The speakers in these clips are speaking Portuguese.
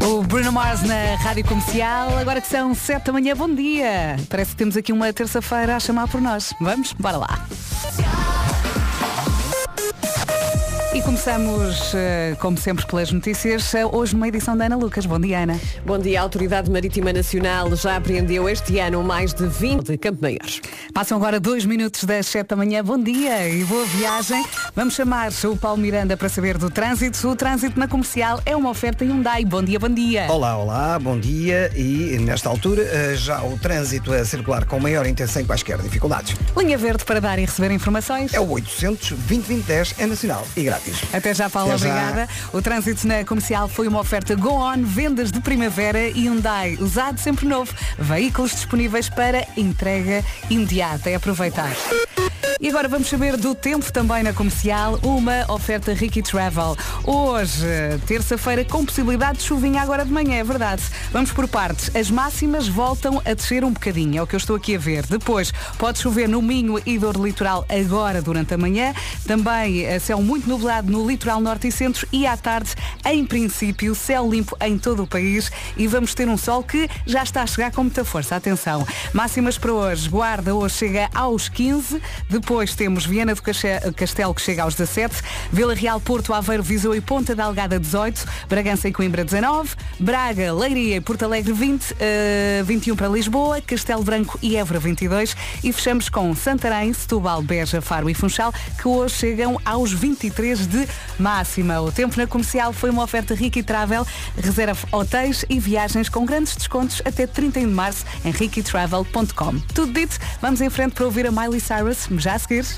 O Bruno Mars na Rádio Comercial, agora que são 7 da manhã, bom dia. Parece que temos aqui uma terça-feira a chamar por nós. Vamos? Bora lá. E começamos, como sempre, pelas notícias. Hoje numa edição da Ana Lucas. Bom dia, Ana. Bom dia. A Autoridade Marítima Nacional já apreendeu este ano mais de 20 de Campo Maior. Passam agora 2 minutos das 7 da manhã. Bom dia e boa viagem. Vamos chamar o Paulo Miranda para saber do trânsito. O trânsito na Comercial é uma oferta Hyundai. Bom dia, bom dia. Olá, bom dia. E nesta altura já o trânsito a circular com maior intenção e quaisquer dificuldades. Linha verde para dar e receber informações. É o 800 2010, é nacional e grátis. Até já, Paula, obrigada. O trânsito na Comercial foi uma oferta Go On, vendas de primavera e Hyundai, usado sempre novo. Veículos disponíveis para entrega imediata. É aproveitar. E agora vamos saber do tempo também na Comercial, uma oferta Ricky Travel. Hoje, terça-feira, com possibilidade de chuvinha agora de manhã, é verdade. Vamos por partes. As máximas voltam a descer um bocadinho, é o que eu estou aqui a ver. Depois, pode chover no Minho e Douro Litoral agora durante a manhã. Também céu muito nublado no litoral norte e centro e à tarde, em princípio, céu limpo em todo o país e vamos ter um sol que já está a chegar com muita força. Atenção. Máximas para hoje. Guarda hoje chega aos 15. Depois temos Viana do Castelo que chega aos 17, Vila Real, Porto, Aveiro, Viseu e Ponta da Algada 18, Bragança e Coimbra 19, Braga, Leiria e Porto Alegre 20, 21 para Lisboa, Castelo Branco e Évora 22 e fechamos com Santarém, Setúbal, Beja, Faro e Funchal que hoje chegam aos 23 de máxima. O tempo na Comercial foi uma oferta Ricky Travel, reserva hotéis e viagens com grandes descontos até 31 de março em rickytravel.com. Tudo dito, vamos em frente para ouvir a Miley Cyrus, já a seguir.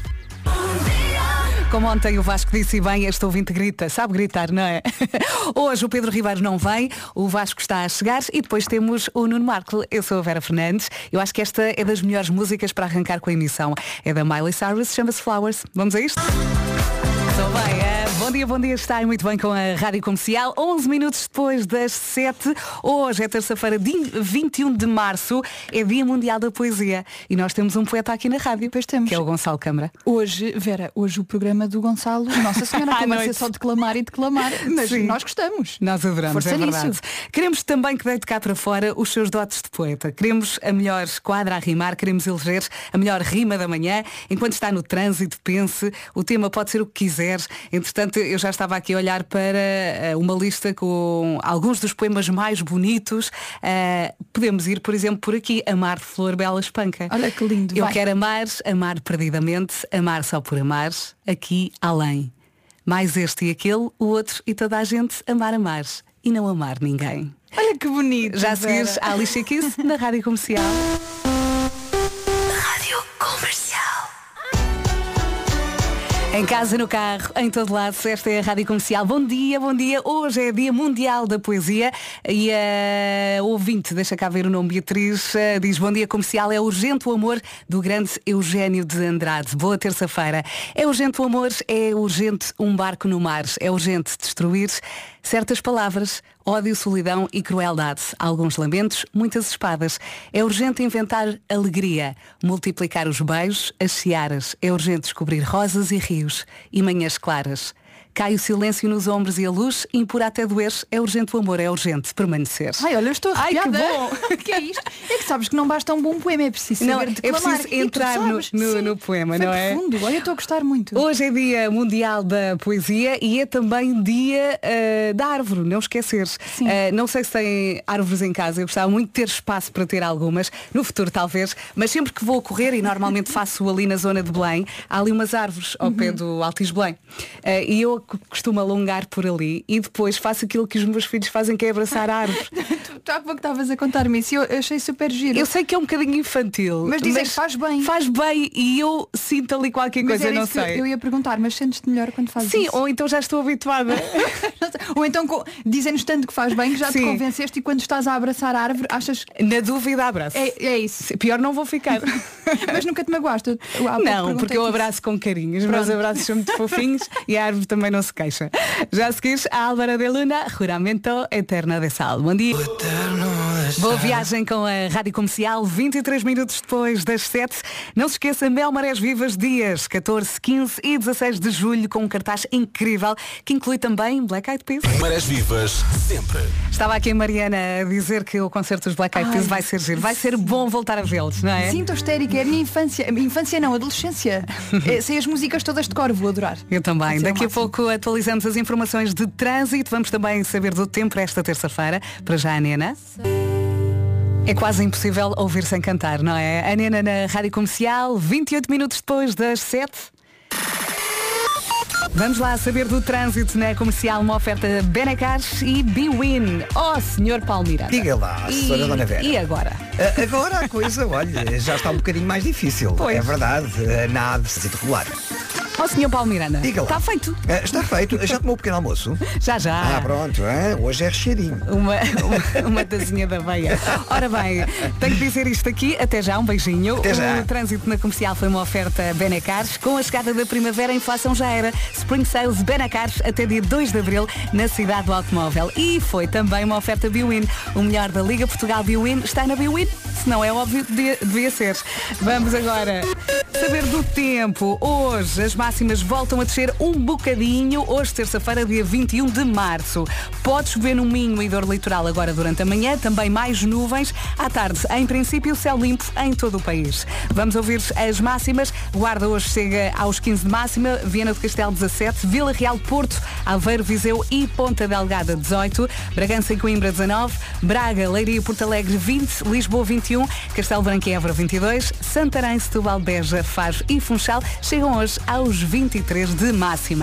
Como ontem o Vasco disse bem, este ouvinte grita, sabe gritar, não é? Hoje o Pedro Ribeiro não vem, o Vasco está a chegar e depois temos o Nuno Marco. Eu sou a Vera Fernandes, eu acho que esta é das melhores músicas para arrancar com a emissão. É da Miley Cyrus, chama-se Flowers. Vamos a isto? Estou bem, bom dia, está muito bem com a Rádio Comercial. 11 minutos depois das 7. Hoje é terça-feira, 21 de março, é Dia Mundial da Poesia. E nós temos um poeta aqui na rádio, pois temos. Que é o Gonçalo Câmara. Hoje, Vera, o programa do Gonçalo, Nossa Senhora, começa só declamar e declamar, mas sim, nós gostamos. Nós adoramos, força é verdade. nisso. Queremos também que deite cá para fora os seus dotes de poeta. Queremos a melhor quadra a rimar, queremos eleger a melhor rima da manhã. Enquanto está no trânsito, pense, o tema pode ser o que quiser. Entretanto, eu já estava aqui a olhar para uma lista com alguns dos poemas mais bonitos. Podemos ir, por exemplo, por aqui, Amar de Flor Bela Espanca. Olha que lindo. Eu vai. quero amar perdidamente, amar só por amar, aqui além. Mais este e aquele, o outro e toda a gente, amar e não amar ninguém. Olha que bonito. Já a seguir, a Alicia Keys na Rádio Comercial. Rádio Comercial. Em casa, no carro, em todo lado, esta é a Rádio Comercial. Bom dia, bom dia. Hoje é Dia Mundial da Poesia e a ouvinte, deixa cá ver o nome, Beatriz, diz: bom dia Comercial, é urgente o amor do grande Eugénio de Andrade. Boa terça-feira. É urgente o amor, é urgente um barco no mar, é urgente destruir certas palavras, ódio, solidão e crueldade. Alguns lamentos, muitas espadas. É urgente inventar alegria, multiplicar os beijos, as searas. É urgente descobrir rosas e rios e manhãs claras. Cai o silêncio nos ombros e a luz impura até doer. É urgente o amor, é urgente permanecer. Ai, olha, eu estou arrepiada. Ai, que bom. Que é isto? É que sabes que não basta um bom poema, é preciso saber declamar. É preciso entrar no poema, foi não é? profundo. Olha, eu estou a gostar muito. Hoje é Dia Mundial da Poesia e é também Dia da Árvore, não esquecer. Não sei se tem árvores em casa, eu gostava muito de ter espaço para ter algumas, no futuro talvez, mas sempre que vou correr, e normalmente faço ali na zona de Belém, há ali umas árvores ao pé do Altis Belém. E eu costumo alongar por ali e depois faço aquilo que os meus filhos fazem, que é abraçar a árvore. Tu há pouco estavas a contar-me isso e eu achei super giro. Eu sei que é um bocadinho infantil, mas dizem que faz bem. Faz bem e eu sinto ali qualquer coisa, eu não sei. Eu ia perguntar, mas sentes-te melhor quando fazes Sim, isso? ou então já estou habituada. Ou então dizem-nos tanto que faz bem que já te convenceste e quando estás a abraçar a árvore achas... Na dúvida abraço. É isso. Pior não vou ficar. Mas nunca te magoaste? Não, porque eu abraço com carinho. Os meus abraços são muito fofinhos e a árvore também não se queixa. Já a seguir, a Álvaro de Luna, Juramento Eterno de Sal. Bom dia. Boa viagem com a Rádio Comercial, 23 minutos depois das 7. Não se esqueça, Mel Marés Vivas, dias 14, 15 e 16 de julho, com um cartaz incrível que inclui também Black Eyed Peas. Marés Vivas, sempre. Estava aqui a Mariana a dizer que o concerto dos Black Eyed Peas vai ser giro. Vai ser bom voltar a vê-los, não é? Sim, estou histérica. É a minha infância. Infância não, adolescência. Sei as músicas todas de cor, vou adorar. Eu também. Daqui a pouco atualizamos as informações de trânsito. Vamos também saber do tempo esta terça-feira. Para já, a Nena. É quase impossível ouvir sem cantar, não é? A Nena na Rádio Comercial, 28 minutos depois das 7. Vamos lá saber do trânsito na Comercial, uma oferta Benacar e Bwin. Oh, Sr. Palmeirada. Diga lá, Sra. Dona Vera. E agora? Agora a coisa, olha, já está um bocadinho mais difícil. Pois. É verdade, na A2 regular. Oh, Sr. Palmeirana. Diga lá. Está feito? Está feito. Já tomou o pequeno almoço? Já. Pronto. Hoje é recheadinho. Uma tazinha da veia. Ora bem, tenho que dizer isto aqui. Até já, um beijinho. Até já. O trânsito na Comercial foi uma oferta Benacar. Com a chegada da primavera, a inflação já era. Spring Sales Benacar até dia 2 de Abril na cidade do automóvel. E foi também uma oferta Bwin. O melhor da Liga Portugal Bwin está na Bwin. Se não é óbvio, devia ser. Vamos agora saber do tempo. Hoje as máximas voltam a descer um bocadinho. Hoje, terça-feira, dia 21 de março. Pode chover no Minho e dor litoral agora durante a manhã. Também mais nuvens. À tarde, em princípio, céu limpo em todo o país. Vamos ouvir as máximas. Guarda hoje chega aos 15 de máxima. Viana do Castelo 17. Vila Real, Porto, Aveiro, Viseu e Ponta Delgada 18. Bragança e Coimbra 19. Braga, Leiria e Porto Alegre 20. Lisboa 21. Castelo Branco e Évora 22. Santarém, Setúbal, Beja, Faro e Funchal chegam hoje aos 23 de máxima.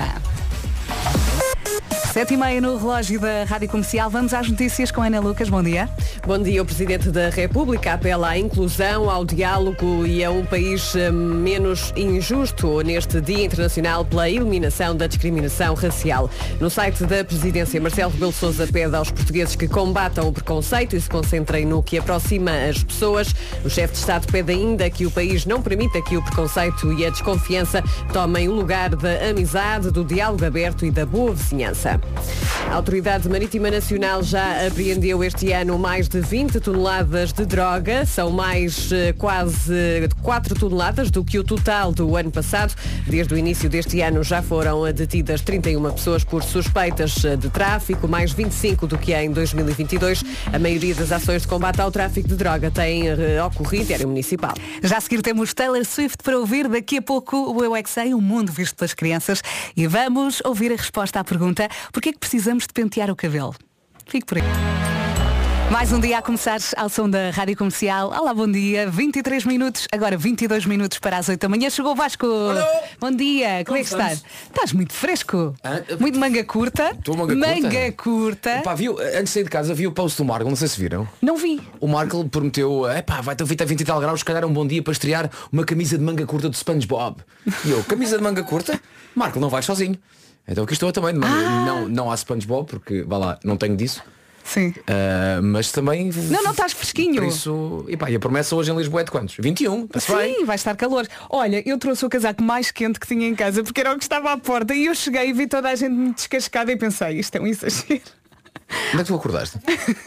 7h30 no relógio da Rádio Comercial. Vamos às notícias com Ana Lucas. Bom dia. Bom dia. O Presidente da República apela à inclusão, ao diálogo e a um país menos injusto neste Dia Internacional pela Eliminação da Discriminação Racial. No site da Presidência, Marcelo Rebelo de Sousa pede aos portugueses que combatam o preconceito e se concentrem no que aproxima as pessoas. O chefe de Estado pede ainda que o país não permita que o preconceito e a desconfiança tomem o lugar da amizade, do diálogo aberto e da boa vizinhança. A Autoridade Marítima Nacional já apreendeu este ano mais de 20 toneladas de droga. São mais quase 4 toneladas do que o total do ano passado. Desde o início deste ano já foram detidas 31 pessoas por suspeitas de tráfico, mais 25 do que em 2022. A maioria das ações de combate ao tráfico de droga têm ocorrido em área municipal. Já a seguir temos Taylor Swift para ouvir. Daqui a pouco o Eu É Que Sei, o mundo visto pelas crianças. E vamos ouvir a resposta à pergunta: porquê é que precisamos de pentear o cabelo? Fique por aí. Mais um dia a começar ao som da Rádio Comercial. Olá, bom dia. 23 minutos, agora 22 minutos para as 8 da manhã. Chegou o Vasco. Olá. Bom dia. Como é que estás? Estás muito fresco. Muito manga curta. Estou manga curta. Pá, antes de sair de casa vi o post do Marco, não sei se viram. Não vi. O Marco prometeu, vai ter feito a 20 e tal graus, se calhar é um bom dia para estrear uma camisa de manga curta do SpongeBob. E eu, camisa de manga curta? Marco, não vais sozinho. Então aqui estou eu também de manga. Não há SpongeBob, porque, vá lá, não tenho disso. Sim. Mas também... Não estás fresquinho. Por isso... E a promessa hoje em Lisboa é de quantos? 21. Sim, bem. Vai estar calor. Olha, eu trouxe o casaco mais quente que tinha em casa, porque era o que estava à porta. E eu cheguei e vi toda a gente me descascada e pensei, isto é um exagero. Onde é que tu acordaste?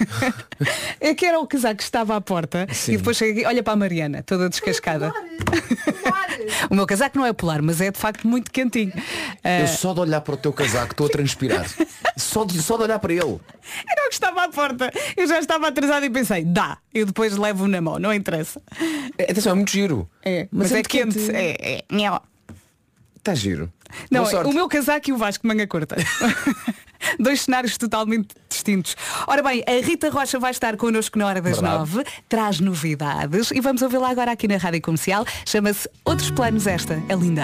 É que era o casaco que estava à porta. Sim. E depois cheguei aqui, olha para a Mariana, toda descascada. O meu casaco não é polar, mas é de facto muito quentinho. Eu só de olhar para o teu casaco estou a transpirar. só de olhar para ele. Era o que estava à porta. Eu já estava atrasada e pensei, eu depois levo na mão, não interessa. Atenção, é muito giro. Mas é quente. Está giro. Não, o meu casaco e o Vasco manga curta. Dois cenários totalmente distintos. Ora bem, a Rita Rocha vai estar connosco na hora das 9. Traz novidades e vamos ouvi-la agora aqui na Rádio Comercial. Chama-se Outros Planos. Esta é linda.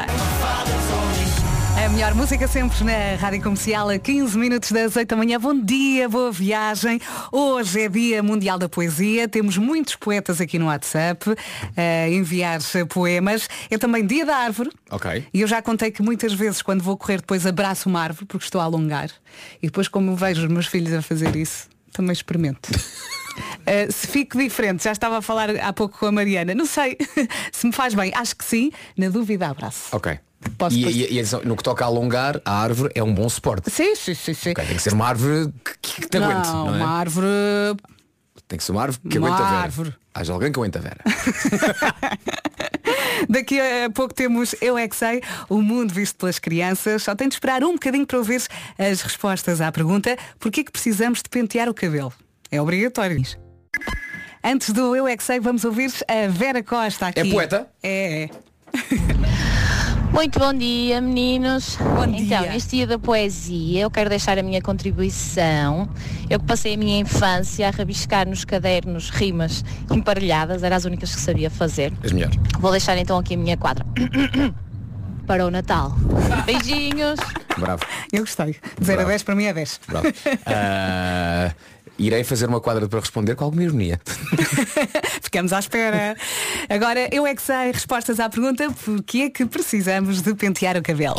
A melhor música sempre na Rádio Comercial, a 15 minutos das 8 da manhã. Bom dia, boa viagem. Hoje é Dia Mundial da Poesia. Temos muitos poetas aqui no WhatsApp a enviar poemas. É também Dia da Árvore. Ok. E eu já contei que muitas vezes quando vou correr depois abraço uma árvore porque estou a alongar. E depois como vejo os meus filhos a fazer isso, também experimento. Se fico diferente, já estava a falar há pouco com a Mariana. Não sei se me faz bem. Acho que sim. Na dúvida, abraço. Ok. E no que toca a alongar, a árvore é um bom suporte. Sim. Okay, tem que ser uma árvore que te aguente. Não, uma árvore Tem que ser uma árvore que aguenta a Vera. Haja alguém que aguenta a Vera. Daqui a pouco temos Eu É Que Sei, o mundo visto pelas crianças. Só tem de esperar um bocadinho para ouvir as respostas à pergunta: porquê que precisamos de pentear o cabelo? É obrigatório. Antes do Eu É Que Sei, vamos ouvir a Vera Costa aqui. É poeta? É. Muito bom dia, meninos. Bom dia. Então, neste dia da poesia, eu quero deixar a minha contribuição. Eu que passei a minha infância a rabiscar nos cadernos rimas emparelhadas, eram as únicas que sabia fazer. As melhores. Vou deixar então aqui a minha quadra. Para o Natal. Beijinhos. Bravo. Eu gostei. De 0 a 10 para mim é 10. Bravo. Irei fazer uma quadra para responder com alguma ironia. Ficamos à espera. Agora, Eu É Que Sei, respostas à pergunta: porquê é que precisamos de pentear o cabelo?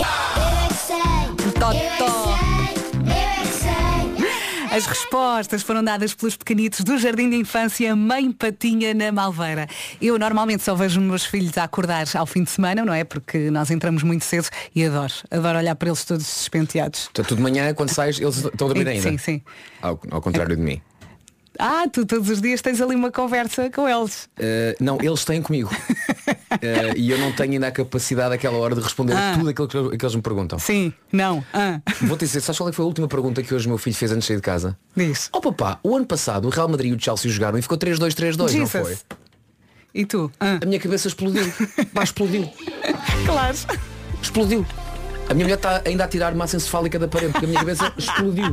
As respostas foram dadas pelos pequenitos do Jardim de Infância Mãe Patinha, na Malveira. Eu normalmente só vejo os meus filhos a acordar ao fim de semana, não é? Porque nós entramos muito cedo e adoro olhar para eles todos despenteados. Então, tu de manhã, quando sais, eles estão a dormir ainda? Sim, sim. Ao contrário de mim. Tu todos os dias tens ali uma conversa com eles. Não, eles têm comigo. E eu não tenho ainda a capacidade àquela hora de responder a tudo aquilo que eles me perguntam. Sim, não. Vou-te dizer, sabes qual é que foi a última pergunta que hoje o meu filho fez antes de sair de casa? Diz. Papá, o ano passado o Real Madrid e o Chelsea jogaram e ficou 3-2, 3-2, não foi? E tu? A minha cabeça explodiu. Explodiu. Claro. Explodiu. A minha mulher está ainda a tirar massa encefálica da parede, porque a minha cabeça explodiu.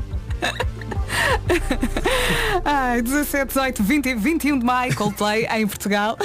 17, 18, 20 e 21 de maio, Coldplay em Portugal.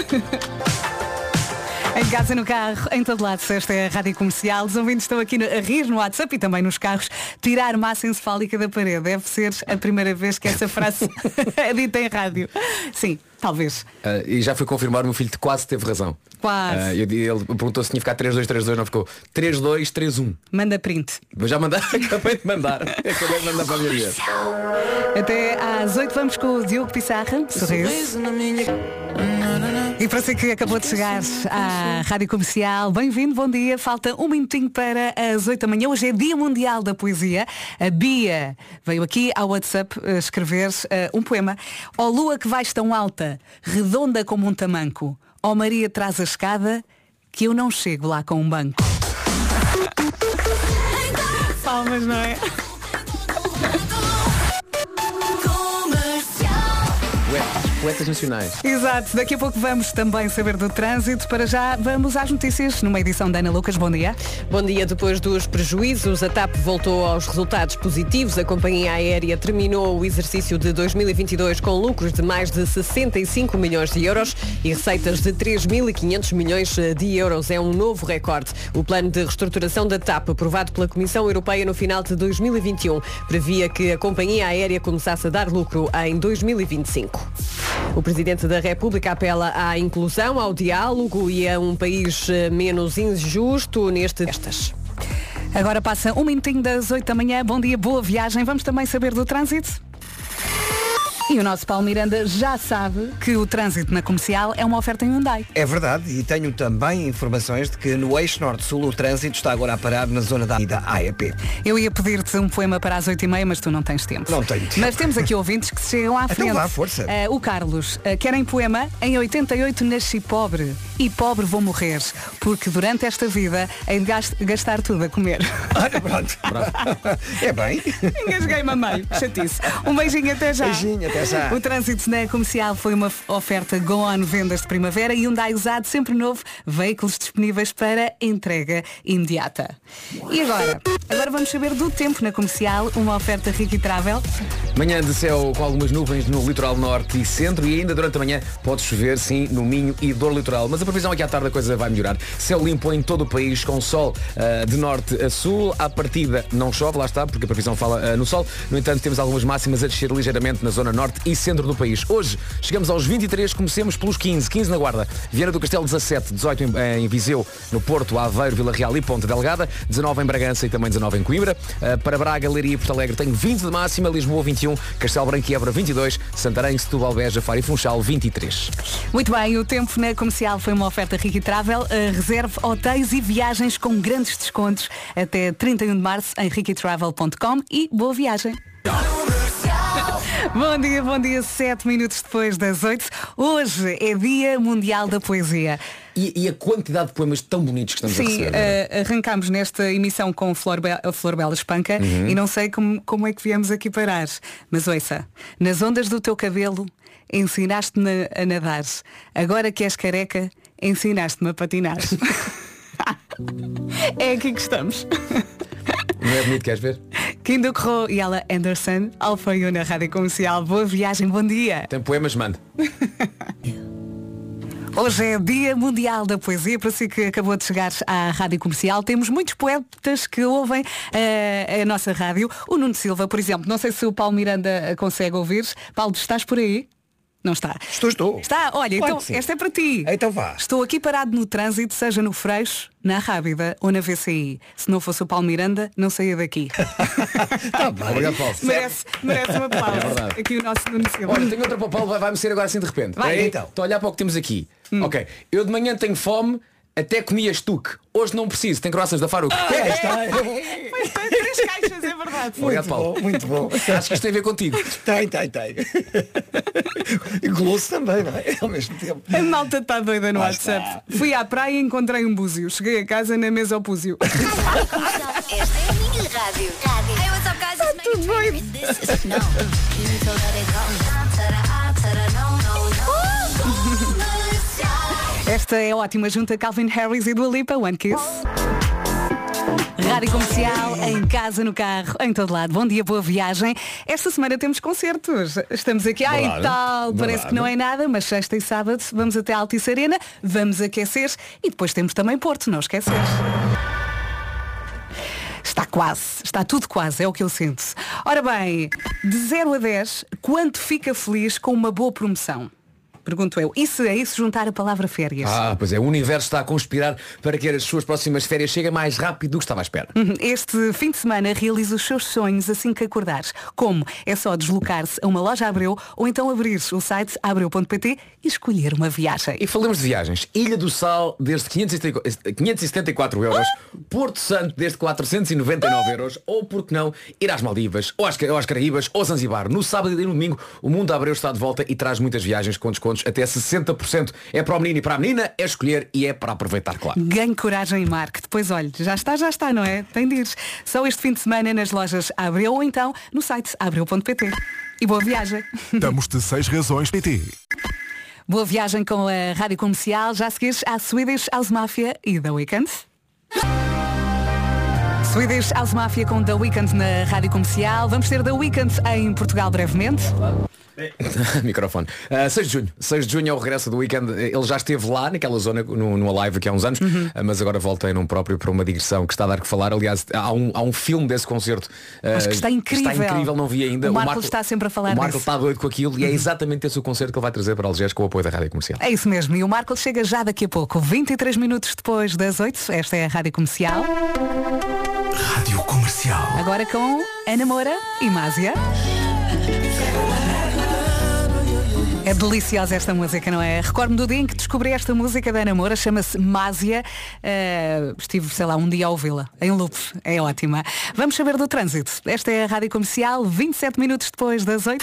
Em casa, no carro, em todo lado, esta é a Rádio Comercial. Os ouvintes estão aqui a rir no WhatsApp e também nos carros. Tirar massa encefálica da parede. Deve ser a primeira vez que essa frase é dita em rádio. Sim, talvez. E já fui confirmar, o meu filho quase teve razão. Quase. Ele perguntou se tinha ficado 3-2, 3-2, não ficou 3-2, 3-1. Manda print. Mas já mandar, acabei de mandar. Acabei de mandar para a minha vida. Até às 8 vamos com o Diogo Pissarra. Sorriso. E para si que acabou de chegar à Rádio Comercial, bem-vindo, bom dia. Falta um minutinho para as 8 da manhã. Hoje é Dia Mundial da Poesia. A Bia veio aqui ao WhatsApp escrever um poema. Ó lua que vais tão alta, redonda como um tamanco. Ó Maria traz a escada, que eu não chego lá com um banco. Palmas, não é? Poetas nacionais. Exato, daqui a pouco vamos também saber do trânsito. Para já vamos às notícias numa edição da Ana Lucas. Bom dia. Bom dia. Depois dos prejuízos, a TAP voltou aos resultados positivos. A companhia aérea terminou o exercício de 2022 com lucros de mais de 65 milhões de euros e receitas de 3.500 milhões de euros. É um novo recorde. O plano de reestruturação da TAP, aprovado pela Comissão Europeia no final de 2021, previa que a companhia aérea começasse a dar lucro em 2025. O Presidente da República apela à inclusão, ao diálogo e a um país menos injusto nestas. Agora passa um minutinho das 8 da manhã. Bom dia, boa viagem. Vamos também saber do trânsito. E o nosso Paulo Miranda já sabe que o trânsito na Comercial é uma oferta em Hyundai. É verdade, e tenho também informações de que no eixo norte-sul o trânsito está agora a parar na zona da AEP. Eu ia pedir-te um poema para as 8h30, mas tu não tens tempo. Não tenho tempo. Mas temos aqui ouvintes que chegam à frente. Então vá, força. O Carlos, querem poema? Em 88 nasci pobre e pobre vou morrer, porque durante esta vida hei de gastar tudo a comer. Olha, pronto. É bem. Engasguei-me a meio. Chatice. Um beijinho, até já. Beijinho, até já. O trânsito na Comercial foi uma oferta Go On Vendas de Primavera e Hyundai usado, sempre novo, veículos disponíveis para entrega imediata. E agora? Agora vamos saber do tempo na Comercial, uma oferta Ricky Travel. Manhã de céu com algumas nuvens no litoral norte e centro e ainda durante a manhã pode chover, sim, no Minho e dor litoral. Mas a previsão é que à tarde a coisa vai melhorar. Céu limpo em todo o país, com sol de norte a sul. À partida não chove, lá está, porque a previsão fala no sol. No entanto, temos algumas máximas a descer ligeiramente na zona norte e centro do país. Hoje chegamos aos 23, comecemos pelos 15 na Guarda, Viana do Castelo 17, 18 em Viseu, no Porto, Aveiro, Vila Real e Ponta Delgada, 19 em Bragança e também 19 em Coimbra. Para Braga, Leiria e Porto Alegre tem 20 de máxima, Lisboa 21, Castelo Branco e Évora 22, Santarém, Setúbal, Beja, Faro e Funchal 23. Muito bem, o tempo na Comercial foi uma oferta Ricky Travel. Reserve hotéis e viagens com grandes descontos até 31 de março em rickytravel.com e boa viagem. Bom dia, 7 minutos depois das 8. Hoje é Dia Mundial da Poesia. E a quantidade de poemas tão bonitos que estamos a receber. Sim, arrancámos nesta emissão com a Flor Bela Espanca e não sei como é que viemos aqui parar. Mas ouça, nas ondas do teu cabelo ensinaste-me a nadar. Agora que és careca, ensinaste-me a patinar. É aqui que estamos. Não é bonito, queres ver? Kindo Corro e ela Anderson, Alfa e na Rádio Comercial. Boa viagem, bom dia. Tem poemas, manda. Hoje é Dia Mundial da Poesia, para si que acabou de chegar à Rádio Comercial. Temos muitos poetas que ouvem a nossa rádio. O Nuno Silva, por exemplo, não sei se o Paulo Miranda consegue ouvir. Paulo, estás por aí? Não está. Estou. Está, olha, Claro então que sim. esta é para ti. Então vá. Estou aqui parado no trânsito, seja no Freixo, na Rábida ou na VCI. Se não fosse o Paulo Miranda, não saía daqui. Tá bem. Obrigado, Paulo. merece um aplauso. É verdade. Aqui o nosso Nuno Silva. Olha, tenho outra para o Paulo, vai-me ser agora assim de repente. Vai, Espera aí, então. Estou a olhar para o que temos aqui. Ok, eu de manhã tenho fome, até comia estuque. Hoje não preciso, tenho croissants da Faruco. Mas tem 3 caixas, é verdade. Obrigado, Paulo. Muito bom. Acho que isto tem a ver contigo. Tem. E goloso também, não é? Ao mesmo tempo. A malta está doida no Lá WhatsApp. está. Fui à praia e encontrei um búzio. Cheguei a casa, na mesa ao búzio. Esta é a minha rádio. Hey, what's up, guys? It's tudo bem. This is no. You need to let it go. Esta é a ótima junta Calvin Harris e Dua Lipa, One Kiss. Rádio Comercial, em casa, no carro, em todo lado. Bom dia, boa viagem. Esta semana temos concertos. Estamos aqui, Verdade, tal, parece verdade. que não é nada, mas sexta e sábado vamos até a Altice Arena, vamos aquecer e depois temos também Porto, não esquecer. Está quase, está tudo quase, é o que eu sinto. Ora bem, de 0 a 10, quanto fica feliz com uma boa promoção? Pergunto eu. E se a isso juntar a palavra férias? Pois é, o universo está a conspirar para que as suas próximas férias cheguem mais rápido do que estava à espera. Este fim de semana realiza os seus sonhos assim que acordares. Como? É só deslocar-se a uma loja Abreu ou então abrir o site abreu.pt e escolher uma viagem. E falamos de viagens. Ilha do Sal desde 574 euros, Porto Santo desde 499 euros, ou por que não, ir às Maldivas, ou às Caraíbas, ou Zanzibar. No sábado e no domingo, o Mundo Abreu está de volta e traz muitas viagens com descontos até 60%. É para o menino e para a menina, é escolher e é para aproveitar, claro. Ganhe coragem e marque. Depois, olha, já está, não é? Tem de ir. Só este fim de semana nas lojas Abreu ou então no site abreu.pt. E boa viagem. Damos-te 6 razões PT. Boa viagem com a Rádio Comercial. Já seguires à Swedish House Mafia e The Weeknd. Swedish House Mafia com The Weeknd na Rádio Comercial. Vamos ter The Weeknd em Portugal brevemente. Microfone. 6 de junho é o regresso do Weeknd. Ele já esteve lá naquela zona numa live aqui há uns anos, mas agora volta em num próprio para uma digressão que está a dar que falar. Aliás, há um filme desse concerto. Acho que está incrível. Está incrível, não vi ainda. O Marco está sempre a falar O Marco disso. está doido com aquilo e é exatamente esse o concerto que ele vai trazer para Algés com o apoio da Rádio Comercial. É isso mesmo. E o Marco chega já daqui a pouco. 23 minutos depois das 8. Esta é a Rádio Comercial. Rádio Comercial. Agora com Ana Moura e Másia. É deliciosa esta música, não é? Recordo-me do dia em que descobri esta música da Ana Moura, chama-se Másia. Estive, sei lá, um dia a ouvi-la, em loop. É ótima. Vamos saber do trânsito. Esta é a Rádio Comercial, 27 minutos depois das 8.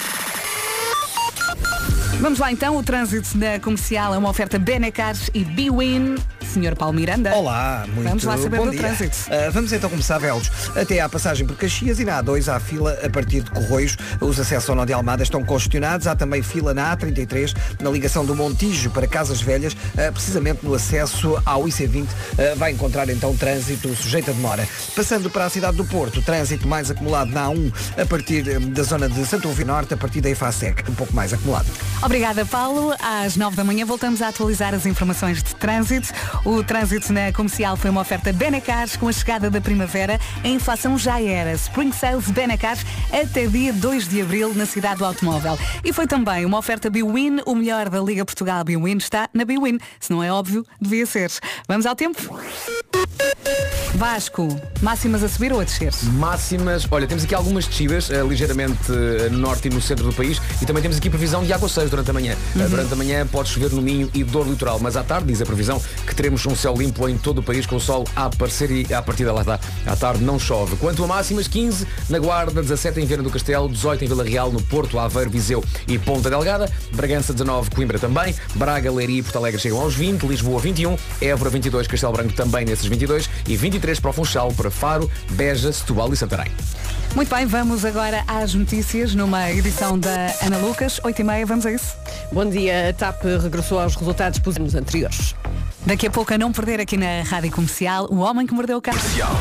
Vamos lá então, o trânsito na Comercial é uma oferta Benecar e Bwin. Sr. Paulo Miranda. Olá, muito Vamos lá saber bom do dia. trânsito. Vamos então começar, Velos. Até à passagem por Caxias e na A2 há fila a partir de Corroios. Os acessos ao Nó de Almada estão congestionados. Há também fila na A33, na ligação do Montijo para Casas Velhas, precisamente no acesso ao IC20. Vai encontrar então trânsito sujeito a demora. Passando para a cidade do Porto, trânsito mais acumulado na A1 a partir da zona de Santo Ovídio Norte, a partir da EFASEC, um pouco mais acumulado. Obrigada, Paulo. Às 9 da manhã voltamos a atualizar as informações de trânsito. O trânsito na Comercial foi uma oferta Benecar com a chegada da primavera. A inflação já era. Spring Sales Benecar até dia 2 de abril na cidade do automóvel. E foi também uma oferta Bwin. O melhor da Liga Portugal Bwin está na Bwin. Se não é óbvio, devia ser. Vamos ao tempo? Vasco, máximas a subir ou a descer? Máximas, olha, temos aqui algumas descidas, ligeiramente no norte e no centro do país, e também temos aqui previsão de aguaceiros durante a manhã. Durante a manhã pode chover no Minho e dor litoral, mas à tarde, diz a previsão, que teremos um céu limpo em todo o país, com o sol a aparecer e à partida lá está. À tarde não chove. Quanto a máximas, 15 na Guarda, 17 em Viana do Castelo, 18 em Vila Real, no Porto, Aveiro, Viseu e Ponta Delgada, Bragança 19, Coimbra também, Braga, Leiria e Porto Alegre chegam aos 20, Lisboa 21, Évora 22, Castelo Branco também nesses 22 e 23 para o Funchal, para Faro, Beja, Setúbal e Santarém. Muito bem, vamos agora às notícias numa edição da Ana Lucas, 8h30, vamos a isso? Bom dia, a TAP regressou aos resultados positivos anteriores. Daqui a pouco, a não perder aqui na Rádio Comercial, O Homem que Mordeu o Cão.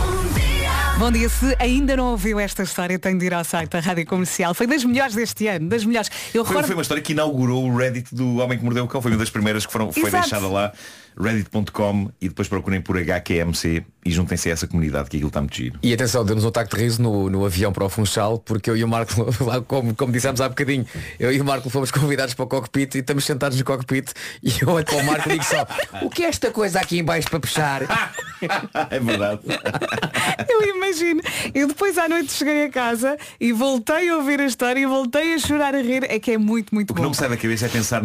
Bom dia, se ainda não ouviu esta história, tem de ir ao site da Rádio Comercial. Foi das melhores deste ano, das melhores. Foi uma história que inaugurou o Reddit do Homem que Mordeu o Cão. Foi uma das primeiras que foi deixada lá, reddit.com, e depois procurem por HQMC e juntem-se a essa comunidade, que aquilo está muito giro. E atenção, demos um ataque de riso no avião para o Funchal, porque eu e o Marco, como dissemos há bocadinho, eu e o Marco fomos convidados para o cockpit e estamos sentados no cockpit e eu olho para o Marco e digo só: o que é esta coisa aqui em baixo para puxar? É verdade. Eu imagino. Eu depois à noite cheguei a casa e voltei a ouvir a história e voltei a chorar a rir. É que é muito, muito bom. O que não me sai da cabeça é pensar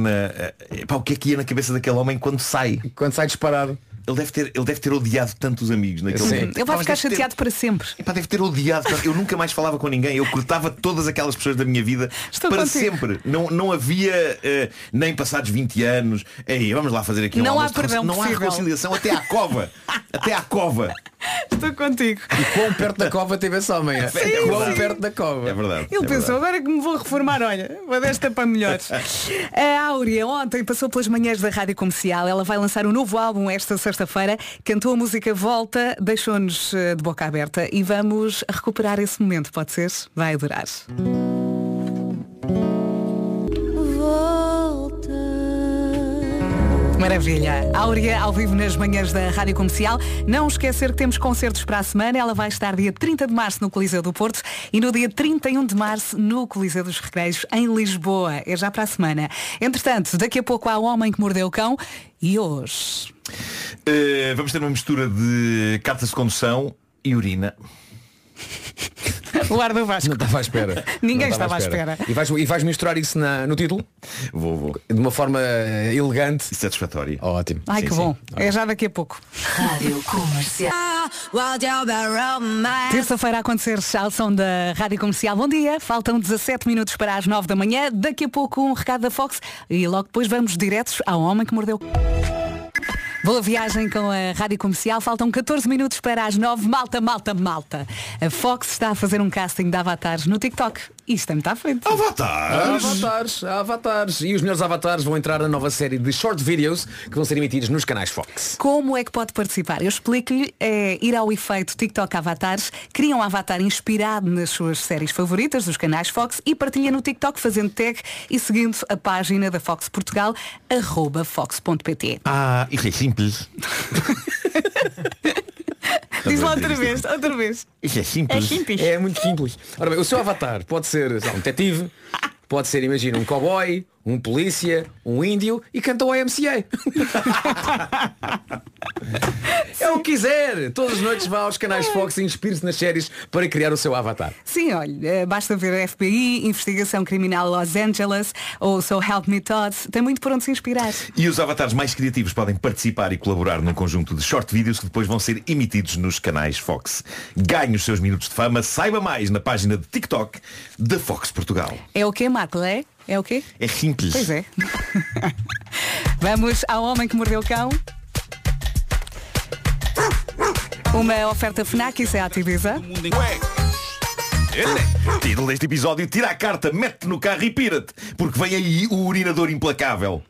o que é que ia na cabeça daquele homem quando sai. Quando sai disparado. Ele deve ter odiado tantos amigos naquele momento. Ele vai ficar chateado para sempre. Deve ter odiado. Eu nunca mais falava com ninguém. Eu cortava todas aquelas pessoas da minha vida para sempre. Não havia nem passados 20 anos. Ei, vamos lá fazer aqui um almoço. Não há reconciliação até à cova. Até à cova. Estou contigo. E quão perto da cova teve esse homem? Quão perto da cova. É verdade. Ele pensou, agora que me vou reformar, olha, vou desta para melhores. A Áurea ontem passou pelas manhãs da Rádio Comercial. Ela vai lançar um novo álbum esta sexta-feira. Cantou a música Volta, deixou-nos de boca aberta e vamos recuperar esse momento, pode ser? Vai adorar. Maravilha. Áurea ao vivo nas manhãs da Rádio Comercial. Não esquecer que temos concertos para a semana. Ela vai estar dia 30 de março no Coliseu do Porto e no dia 31 de março no Coliseu dos Recreios em Lisboa. É já para a semana. Entretanto, daqui a pouco há O Homem que Mordeu o Cão e hoje... vamos ter uma mistura de cartas de condução e urina. O ar do Vasco. Não estava à espera. Ninguém estava à espera. E vais misturar isso no título? Vou. De uma forma elegante e satisfatória. Ótimo. Ai, sim, que bom. Sim. É já daqui a pouco. Rádio Comercial. Terça-feira a acontecer ao som da Rádio Comercial. Bom dia. Faltam 17 minutos para as 9 da manhã. Daqui a pouco um recado da Fox e logo depois vamos diretos ao Homem que Mordeu. Boa viagem com a Rádio Comercial. Faltam 14 minutos para as 9. Malta. A Fox está a fazer um casting de avatares no TikTok. Isto é muito à frente. Avatares. E os melhores avatares vão entrar na nova série de short videos que vão ser emitidos nos canais Fox. Como é que pode participar? Eu explico-lhe. Ir ao efeito TikTok Avatares, cria um avatar inspirado nas suas séries favoritas dos canais Fox e partilha no TikTok fazendo tag e seguindo a página da Fox Portugal, @fox.pt. Isso é simples. Diz lá outra vez. Isso é simples. É muito simples. Ora bem, o seu avatar pode ser um detetive, pode ser, imagina, um cowboy, um polícia, um índio e canta o IMCA. É o que quiser. Todas as noites vá aos canais Fox e inspire-se nas séries para criar o seu avatar. Sim, olha, basta ver a FBI, Investigação Criminal Los Angeles ou So Help Me Todd. Tem muito por onde se inspirar. E os avatares mais criativos podem participar e colaborar num conjunto de short vídeos que depois vão ser emitidos nos canais Fox. Ganhe os seus minutos de fama. Saiba mais na página de TikTok da Fox Portugal. É o quê, Marco? É o quê? É simples. Pois é. Vamos ao Homem que Mordeu o Cão. Uma oferta FNAC e Seat Ibiza. Título deste episódio: tira a carta, mete no carro e pira-te, porque vem aí o urinador implacável.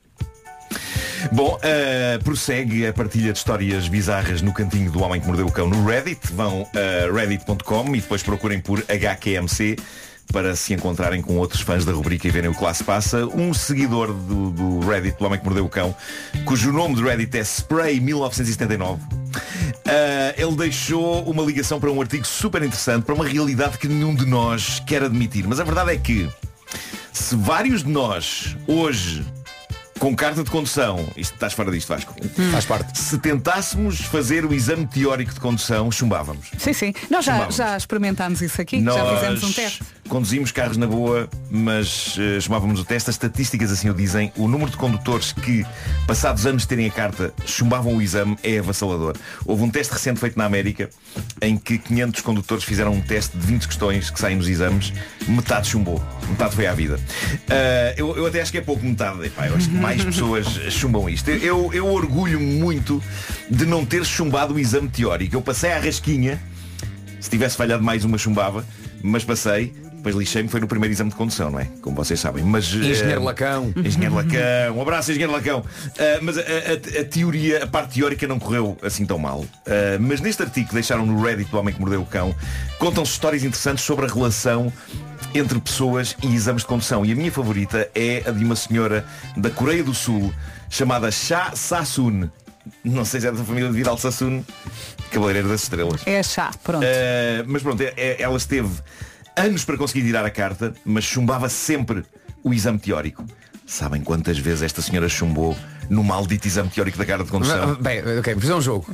Bom, prossegue a partilha de histórias bizarras no cantinho do Homem que Mordeu o Cão no Reddit. Vão a reddit.com e depois procurem por HQMC para se encontrarem com outros fãs da rubrica e verem o que lá se passa. Um seguidor do Reddit, do Homem que Mordeu o Cão, cujo nome do Reddit é Spray1979, ele deixou uma ligação para um artigo super interessante, para uma realidade que nenhum de nós quer admitir. Mas a verdade é que se vários de nós hoje Com carta de condução, isto estás fora disto, Vasco. Faz parte. Se tentássemos fazer o exame teórico de condução, chumbávamos. Sim. Nós já experimentámos isso aqui, Nós já fizemos um teste. Conduzimos carros na boa, mas chumbávamos o teste. As estatísticas assim o dizem. O número de condutores que, passados anos de terem a carta, chumbavam o exame é avassalador. Houve um teste recente feito na América em que 500 condutores fizeram um teste de 20 questões que saem nos exames. Metade chumbou. Metade foi à vida. Eu até acho que é pouco metade. Epá, eu acho que mais pessoas chumbam isto. Eu orgulho-me muito de não ter chumbado o exame teórico. Eu passei à rasquinha. Se tivesse falhado mais uma, chumbava. Mas passei. Depois lixei-me, foi no primeiro exame de condução, não é? Como vocês sabem. Mas, Engenheiro Lacão. Engenheiro Lacão. Um abraço, Engenheiro Lacão. Mas a teoria, a parte teórica não correu assim tão mal. Mas neste artigo que deixaram no Reddit do Homem que Mordeu o Cão, contam-se histórias interessantes sobre a relação entre pessoas e exames de condução. E a minha favorita é a de uma senhora da Coreia do Sul chamada Cha Sassoon. Não sei se é da família de Vidal Sassoon, Cavaleiro das Estrelas. É chá, pronto. Mas pronto, ela esteve anos para conseguir tirar a carta, mas chumbava sempre o exame teórico. Sabem quantas vezes esta senhora chumbou no maldito exame teórico da carta de condução? Bem, ok, vamos fazer um jogo.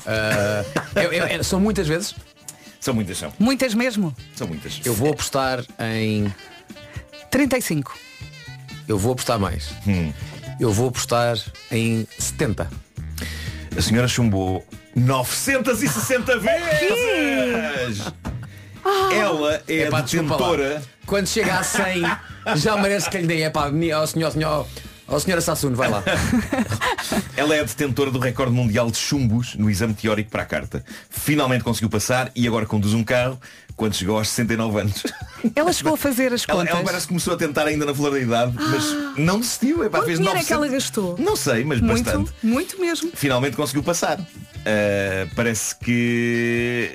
São muitas vezes? São muitas, são. Muitas mesmo? São muitas. Eu vou apostar em 35. Eu vou apostar mais. Eu vou apostar em 70. A senhora chumbou 960 vezes! Ela é a detentora. Quando chega a 100 já merece que lhe deem. Ó senhora Sassuno, vai lá. Ela é a detentora do recorde mundial de chumbos no exame teórico para a carta. Finalmente conseguiu passar e agora conduz um carro quando chegou aos 69 anos. Ela chegou a fazer as contas. Ela parece que começou a tentar ainda na flor da idade, mas não desistiu. Quanto dinheiro é que ela gastou? Não sei, mas muito, bastante. Muito mesmo. Finalmente conseguiu passar. Parece que...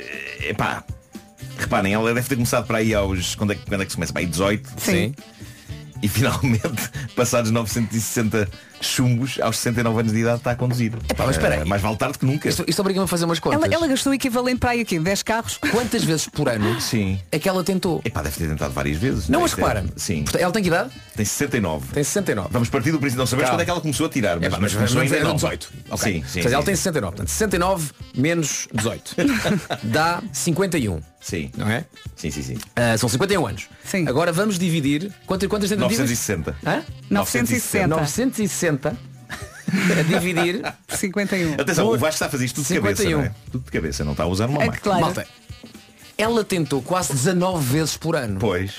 reparem, ela deve ter começado para aí aos... Quando é que se começa? Para aí 18? Sim. E finalmente, passados 960 chumbos, aos 69 anos de idade está a conduzir. Mas espera aí. Mais vale tarde que nunca. Isto obriga-me a fazer umas contas. Ela gastou o equivalente para aí aqui, 10 carros. Quantas vezes por ano Sim. é que ela tentou? Deve ter tentado várias vezes. Não, mas repara. Sim. Ela tem que idade? Tem 69. Tem 69. Vamos partir do princípio. Não sabemos quando é que ela começou a tirar. Mas começou ainda ainda 18. Okay. Sim. Ela tem 69. Portanto, 69 menos 18. Dá 51. Sim. Não é? Sim. São 51 anos. Sim. Agora vamos dividir. Quantas tentativas? 960. Hã? 960. 960 a dividir por 51. Atenção, o Vasco está a fazer isto tudo de 51. cabeça, não é? Tudo de cabeça, não está a usar uma máquina. Claro. Malta, ela tentou quase 19 vezes por ano. Pois.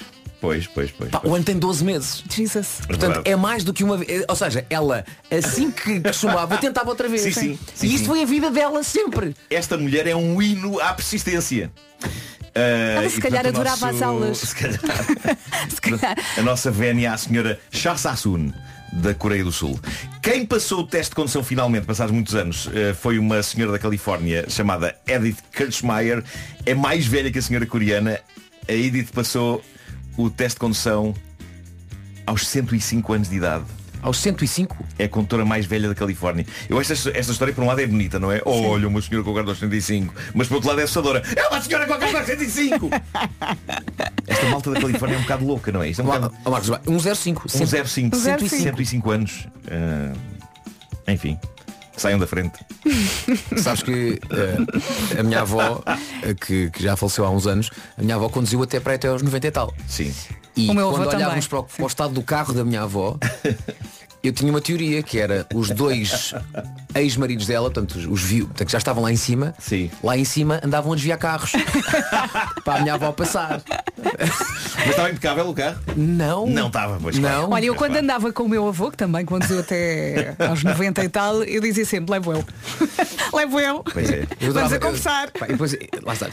O ano tem 12 meses. Jesus. Portanto, é mais do que uma vez. Ou seja, ela, assim que chumava, tentava outra vez. Sim. E isto foi a vida dela sempre. Esta mulher é um hino à persistência. Ela se calhar adorava as aulas. Se calhar. A nossa vénia, a senhora Cha Sassoon, da Coreia do Sul. Quem passou o teste de condução finalmente, passados muitos anos, foi uma senhora da Califórnia chamada Edith Kirchmeier. É mais velha que a senhora coreana. A Edith passou o teste de condução aos 105 anos de idade. Aos 105? É a condutora mais velha da Califórnia. Eu acho esta história por um lado é bonita, não é? Olha, uma senhora com o carro aos 105. Mas por outro lado é assadora. É uma senhora com o carro aos 105. Esta malta da Califórnia é um bocado louca, não é? Isto é um bocado... Marcos, 105. 105. 105 anos. Enfim. Saiam da frente. Sabes que a minha avó, que já faleceu há uns anos, a minha avó conduziu até aos 90 e tal. Sim. E o meu quando avô olhávamos também. para o estado do carro da minha avó, eu tinha uma teoria que era os dois ex-maridos dela, portanto, portanto, já estavam lá em cima. Sim. Lá em cima andavam a desviar carros para a minha avó passar. Mas estava impecável o carro? Não estava, pois não. claro. Olha, eu Pois quando claro. andava com o meu avô, que também conduziu até aos 90 e tal, eu dizia sempre, levo eu. Levo eu. Pois é. Vamos a conversar. E depois, lá está,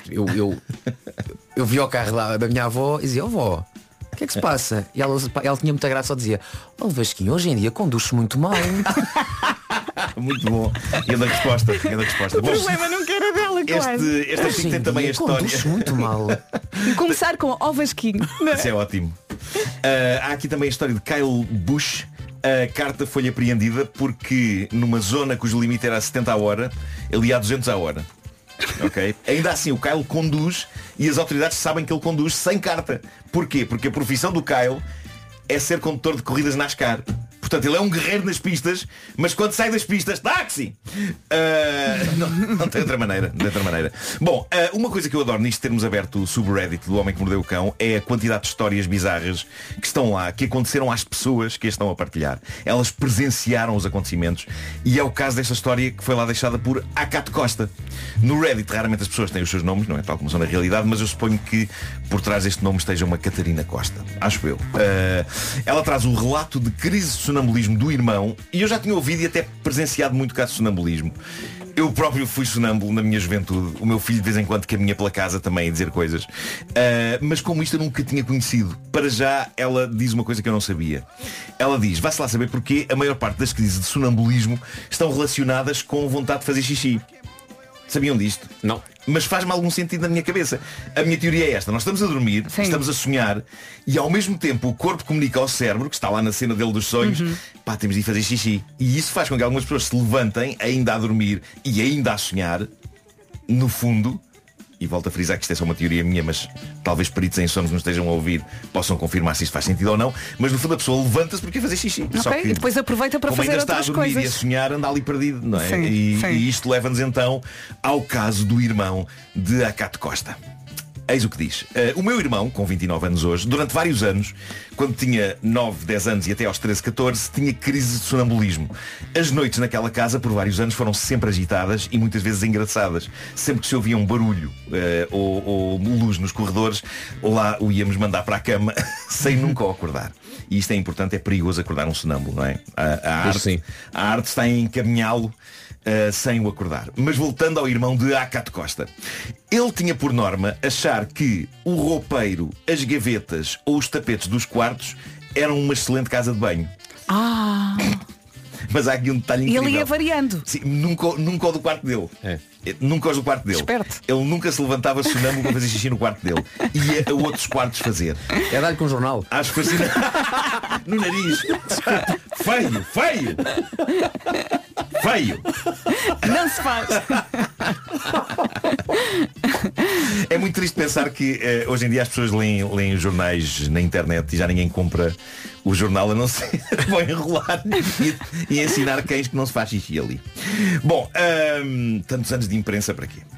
eu vi o carro da minha avó e dizia, avó, o que é que se passa? E ela tinha muita graça, só dizia, Vasquinho, hoje em dia conduz muito mal. Muito bom. E a da resposta. O problema nunca era dela, quase. Este artigo tem também a história. Conduz muito mal. E começar com ó Vasquinho. Isso é ótimo. Há aqui também a história de Kyle Busch. A carta foi-lhe apreendida porque numa zona cujo limite era a 70 a hora, ele ia a 200 a hora. Ok? Ainda assim o Kyle conduz e as autoridades sabem que ele conduz sem carta. Porquê? Porque a profissão do Kyle é ser condutor de corridas NASCAR. Portanto, ele é um guerreiro nas pistas, mas quando sai das pistas, táxi! Não tem outra maneira. Bom, uma coisa que eu adoro nisto termos aberto o subreddit do Homem que Mordeu o Cão é a quantidade de histórias bizarras que estão lá, que aconteceram às pessoas que as estão a partilhar. Elas presenciaram os acontecimentos e é o caso desta história que foi lá deixada por Acato Costa. No Reddit raramente as pessoas têm os seus nomes, não é tal como são na realidade, mas eu suponho que por trás deste nome esteja uma Catarina Costa. Acho eu. Ela traz o relato de crise de sonambulismo do irmão e eu já tinha ouvido e até presenciado muito caso de sonambulismo. Eu próprio fui sonâmbulo na minha juventude. O meu filho de vez em quando caminha pela casa também a dizer coisas. Mas como isto eu nunca tinha conhecido. Para já ela diz uma coisa que eu não sabia. Ela diz, vá-se lá saber porque a maior parte das crises de sonambulismo estão relacionadas com vontade de fazer xixi. Sabiam disto? Não. Mas faz-me algum sentido na minha cabeça. A minha teoria é esta. Nós estamos a dormir, estamos a sonhar e ao mesmo tempo o corpo comunica ao cérebro, que está lá na cena dele dos sonhos, pá, temos de ir fazer xixi. E isso faz com que algumas pessoas se levantem, ainda a dormir e ainda a sonhar, no fundo, e volto a frisar que isto é só uma teoria minha, mas talvez peritos em sonos nos estejam a ouvir, possam confirmar se isto faz sentido ou não, mas no fundo a pessoa levanta-se porque quer fazer xixi. Só que, e depois aproveita para fazer outras coisas. Como ainda está a dormir e a sonhar, anda ali perdido, não é? E isto leva-nos então ao caso do irmão de Acato Costa. Eis o que diz. O meu irmão, com 29 anos hoje, durante vários anos, quando tinha 9, 10 anos e até aos 13, 14, tinha crises de sonambulismo. As noites naquela casa, por vários anos, foram sempre agitadas e muitas vezes engraçadas. Sempre que se ouvia um barulho ou luz nos corredores, ou lá o íamos mandar para a cama sem nunca o acordar. E isto é importante, é perigoso acordar um sonâmbulo, não é? A arte está em encaminhá-lo sem o acordar. Mas voltando ao irmão de Acato Costa, ele tinha por norma achar que o roupeiro, as gavetas ou os tapetes dos quartos eram uma excelente casa de banho. Mas há aqui um detalhe incrível. Ele ia variando. Sim, nunca o do quarto dele. Nunca os do quarto dele. Esperto. Ele nunca se levantava sonâmbulo para fazer xixi no quarto dele. Ia a outros quartos fazer. É dar-lhe com um jornal. Acho fascinante. No nariz. Feio. Não se faz. É muito triste pensar que hoje em dia as pessoas leem jornais na internet e já ninguém compra o jornal, a não ser vão enrolar e ensinar cães que não se faz xixi ali. Bom, tantos anos de imprensa para quê?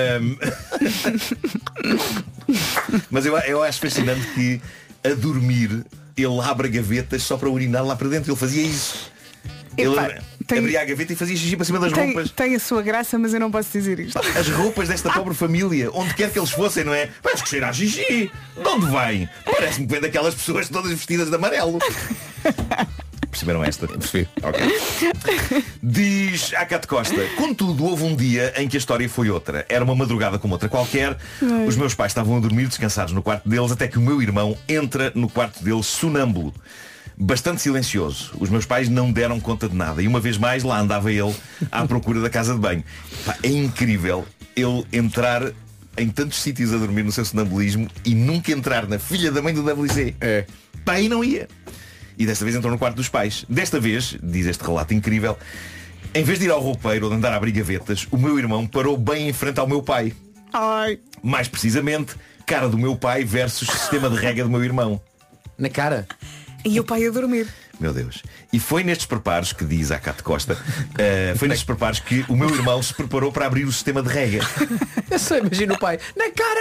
Mas eu acho fascinante que a dormir ele abre gavetas só para urinar lá para dentro. Ele fazia isso. Ele abria a gaveta e fazia xixi para cima das roupas. Tem a sua graça, mas eu não posso dizer isto. As roupas desta pobre família, onde quer que eles fossem, não é? Mas que cheira a xixi. De onde vem? Parece-me que vem daquelas pessoas todas vestidas de amarelo. Perceberam esta? Percebi. Ok. Diz Acato Costa, contudo, houve um dia em que a história foi outra. Era uma madrugada como outra qualquer. Os meus pais estavam a dormir descansados no quarto deles, até que o meu irmão entra no quarto deles sonâmbulo. Bastante silencioso. Os meus pais não deram conta de nada. E uma vez mais lá andava ele à procura da casa de banho. Pá, é incrível ele entrar em tantos sítios a dormir no seu sonambulismo e nunca entrar na filha da mãe do WC. Pá, aí não ia. E desta vez entrou no quarto dos pais. Desta vez, diz este relato incrível, em vez de ir ao roupeiro ou de andar a abrir gavetas, o meu irmão parou bem em frente ao meu pai. Mais precisamente, cara do meu pai versus sistema de rega do meu irmão. Na cara. E o pai a dormir. Meu Deus. E foi nestes preparos, que diz a Acato Costa, foi nestes preparos que o meu irmão se preparou para abrir o sistema de rega. Eu só imagino o pai. Na cara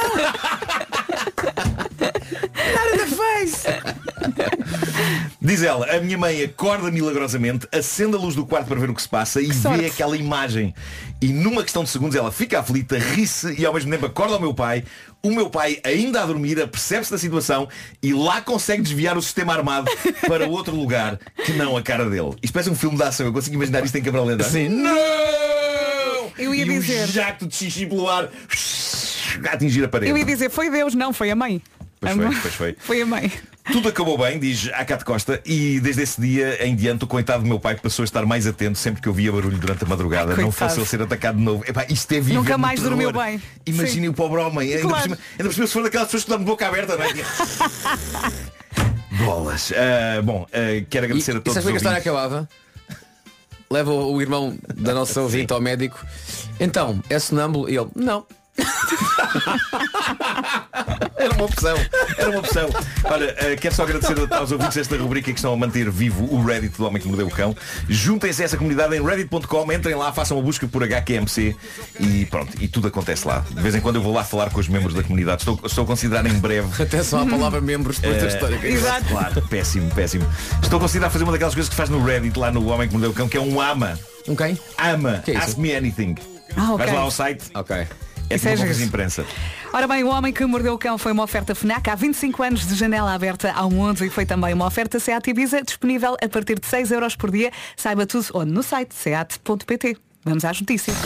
não! Nada da face! Diz ela, a minha mãe acorda milagrosamente, acende a luz do quarto para ver o que se passa e vê aquela imagem. E numa questão de segundos ela fica aflita, ri-se e ao mesmo tempo acorda o meu pai. O meu pai, ainda a dormir, apercebe-se da situação e lá consegue desviar o sistema armado para outro lugar que não a cara dele. Isto parece um filme de ação, eu consigo imaginar isto em câmera lenta. Sim. Não! Eu ia dizer. Um jato de xixi pelo ar a atingir a parede. Eu ia dizer, foi Deus, não, foi a mãe. Pois foi. Foi a mãe. Tudo acabou bem, diz Acato Costa, e desde esse dia em diante o coitado do meu pai passou a estar mais atento sempre que ouvia barulho durante a madrugada. Coitado. Não fosse ele ser atacado de novo. Epá, isto é viver nunca mais terror. Dormiu bem. Imagine o pobre homem. Claro. Ainda por cima se for daquelas pessoas que estão de boca aberta, não é? Bolas. Quero agradecer a todos. E sabes que a história acabava? Leva o irmão da nossa ouvinte ao médico. Então, é sonâmbulo? E ele, não. Era uma opção. Olha, quero só agradecer aos ouvintes desta rubrica que estão a manter vivo o Reddit do Homem que Mordeu o Cão. Juntem-se a essa comunidade em reddit.com, entrem lá, façam uma busca por HQMC e pronto, e tudo acontece lá. De vez em quando eu vou lá falar com os membros da comunidade. Estou a considerar em breve. Atenção à palavra membros depois da história. Exato. Claro, péssimo. Estou a considerar fazer uma daquelas coisas que faz no Reddit, lá no Homem que Mordeu o Cão, que é um ama. Um quem? Ama. Que é isso? Ask me anything. Okay. Vais lá ao site. Ok. É tipo uma conferência de imprensa. Ora bem, o Homem que Mordeu o Cão foi uma oferta FNAC há 25 anos de janela aberta ao mundo e foi também uma oferta SEAT Ibiza disponível a partir de 6 € por dia. Saiba tudo onde? No site seat.pt. Vamos às notícias.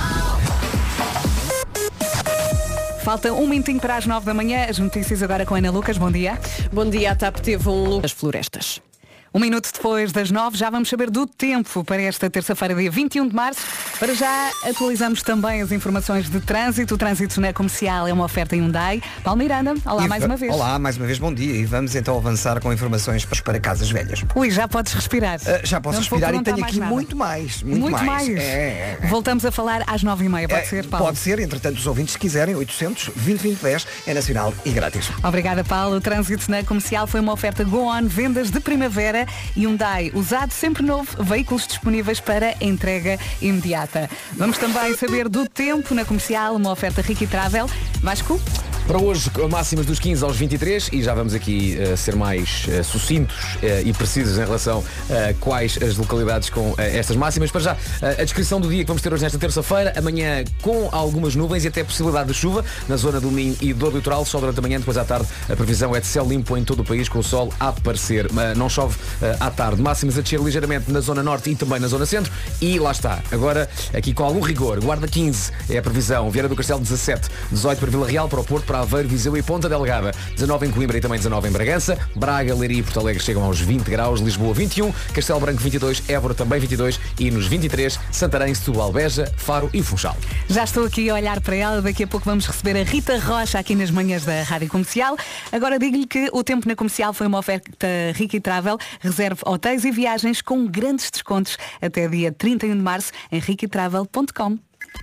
Falta um minutinho para as 9 da manhã. As notícias agora com a Ana Lucas. Bom dia. Bom dia, a TAP teve um look das florestas. Um minuto depois das 9, já vamos saber do tempo para esta terça-feira, dia 21 de março. Para já, atualizamos também as informações de trânsito. O trânsito na comercial é uma oferta Hyundai. Paulo Miranda, olá mais uma vez. Olá, mais uma vez, bom dia. E vamos então avançar com informações para casas velhas. Ui, já podes respirar. Já posso respirar e tenho aqui muito mais. Muito mais. Voltamos a falar às 9h30, pode ser, Paulo? Pode ser, entretanto, os ouvintes, se quiserem, 800-2020-10 é nacional e grátis. Obrigada, Paulo. O trânsito na comercial foi uma oferta Go On, vendas de primavera. Hyundai, usado sempre novo, veículos disponíveis para entrega imediata. Vamos também saber do tempo na comercial, uma oferta Ricky Travel. Vasco? Para hoje, máximas dos 15 aos 23 e já vamos aqui ser mais sucintos e precisos em relação a quais as localidades com estas máximas. Para já, a descrição do dia que vamos ter hoje nesta terça-feira, amanhã com algumas nuvens e até possibilidade de chuva na zona do Minho e do litoral, só durante a manhã, depois à tarde a previsão é de céu limpo em todo o país com o sol a aparecer. Não chove à tarde. Máximas a descer ligeiramente na zona norte e também na zona centro e lá está. Agora, aqui com algum rigor, Guarda 15 é a previsão, Vieira do Castelo 17, 18 para Vila Real, para o Porto, para Aveiro, Viseu e Ponta Delgada, 19 em Coimbra e também 19 em Bragança, Braga, Leiria e Porto Alegre chegam aos 20 graus, Lisboa 21, Castelo Branco 22, Évora também 22 e nos 23, Santarém, Setúbal, Beja, Faro e Funchal. Já estou aqui a olhar para ela, daqui a pouco vamos receber a Rita Rocha aqui nas manhãs da Rádio Comercial. Agora digo-lhe que o tempo na comercial foi uma oferta Ricky Travel, reserve hotéis e viagens com grandes descontos até dia 31 de março em rickytravel.com.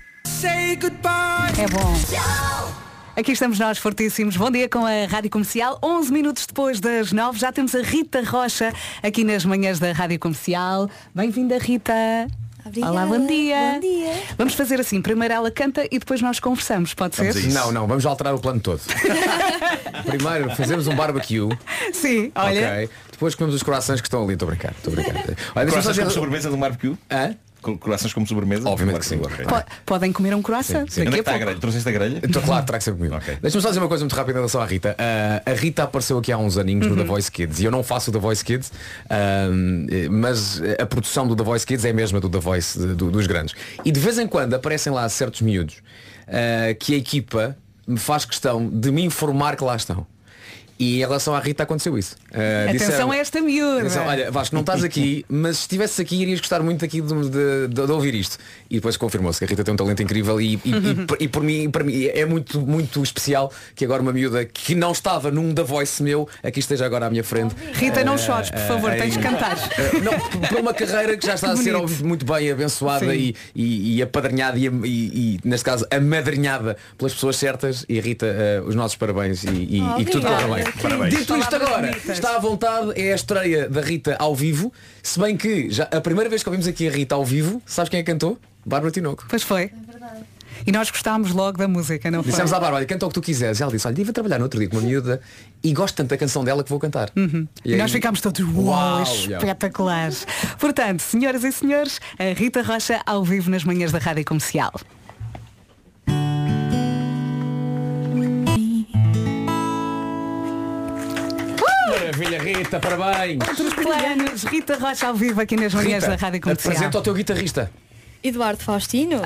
É bom. Aqui estamos nós, fortíssimos. Bom dia com a Rádio Comercial. 11 minutos depois das 9, já temos a Rita Rocha aqui nas manhãs da Rádio Comercial. Bem-vinda, Rita. Obrigada. Olá, bom dia. Bom dia. Vamos fazer assim, primeiro ela canta e depois nós conversamos, pode ser? Não, vamos alterar o plano todo. Primeiro fazemos um barbecue. Sim, olha. Ok. Depois comemos os croissants que estão ali, estou a brincar. Olha, croissants como sobremesa do barbecue? Croissants como sobremesa? Obviamente que sim. Podem comer um croissant. Onde é que está a grelha? Trouxeste a grelha? Estou claro, trago sempre comigo. Okay. Deixa-me só dizer uma coisa muito rápida em relação à Rita. A Rita apareceu aqui há uns aninhos no The Voice Kids e eu não faço o The Voice Kids, mas a produção do The Voice Kids é a mesma do The Voice dos grandes. E de vez em quando aparecem lá certos miúdos que a equipa me faz questão de me informar que lá estão. E em relação à Rita aconteceu isso. Atenção a esta miúda. Olha, Vasco, não estás aqui, mas se estivesses aqui irias gostar muito aqui de ouvir isto. E depois confirmou-se que a Rita tem um talento incrível e para mim é muito, muito especial que agora uma miúda que não estava num The Voice meu, aqui esteja agora à minha frente. Rita, não chores, por favor, tens de cantar. Não, para uma carreira que já está a ser muito bem abençoada e apadrinhada e neste caso amadrinhada pelas pessoas certas. E Rita, os nossos parabéns e que tudo corra bem. Parabéns. Dito isto agora, está à vontade, é a estreia da Rita ao vivo, se bem que já a primeira vez que ouvimos aqui a Rita ao vivo, sabes quem é que cantou? Bárbara Tinoco. Pois foi. É verdade. E nós gostámos logo da música, não foi? Dissemos à Bárbara, canta o que tu quiseres. E ela disse, olha, estive a trabalhar no outro dia com uma miúda e gosto tanto da canção dela que vou cantar. E nós ficámos todos, uau, espetaculares. Portanto, senhoras e senhores, a Rita Rocha ao vivo nas manhãs da Rádio Comercial. Maravilha, Rita, parabéns. Outros planos, Rita Rocha ao vivo aqui nas manhãs da Rádio Comercial. Apresenta o teu guitarrista. Eduardo Faustino.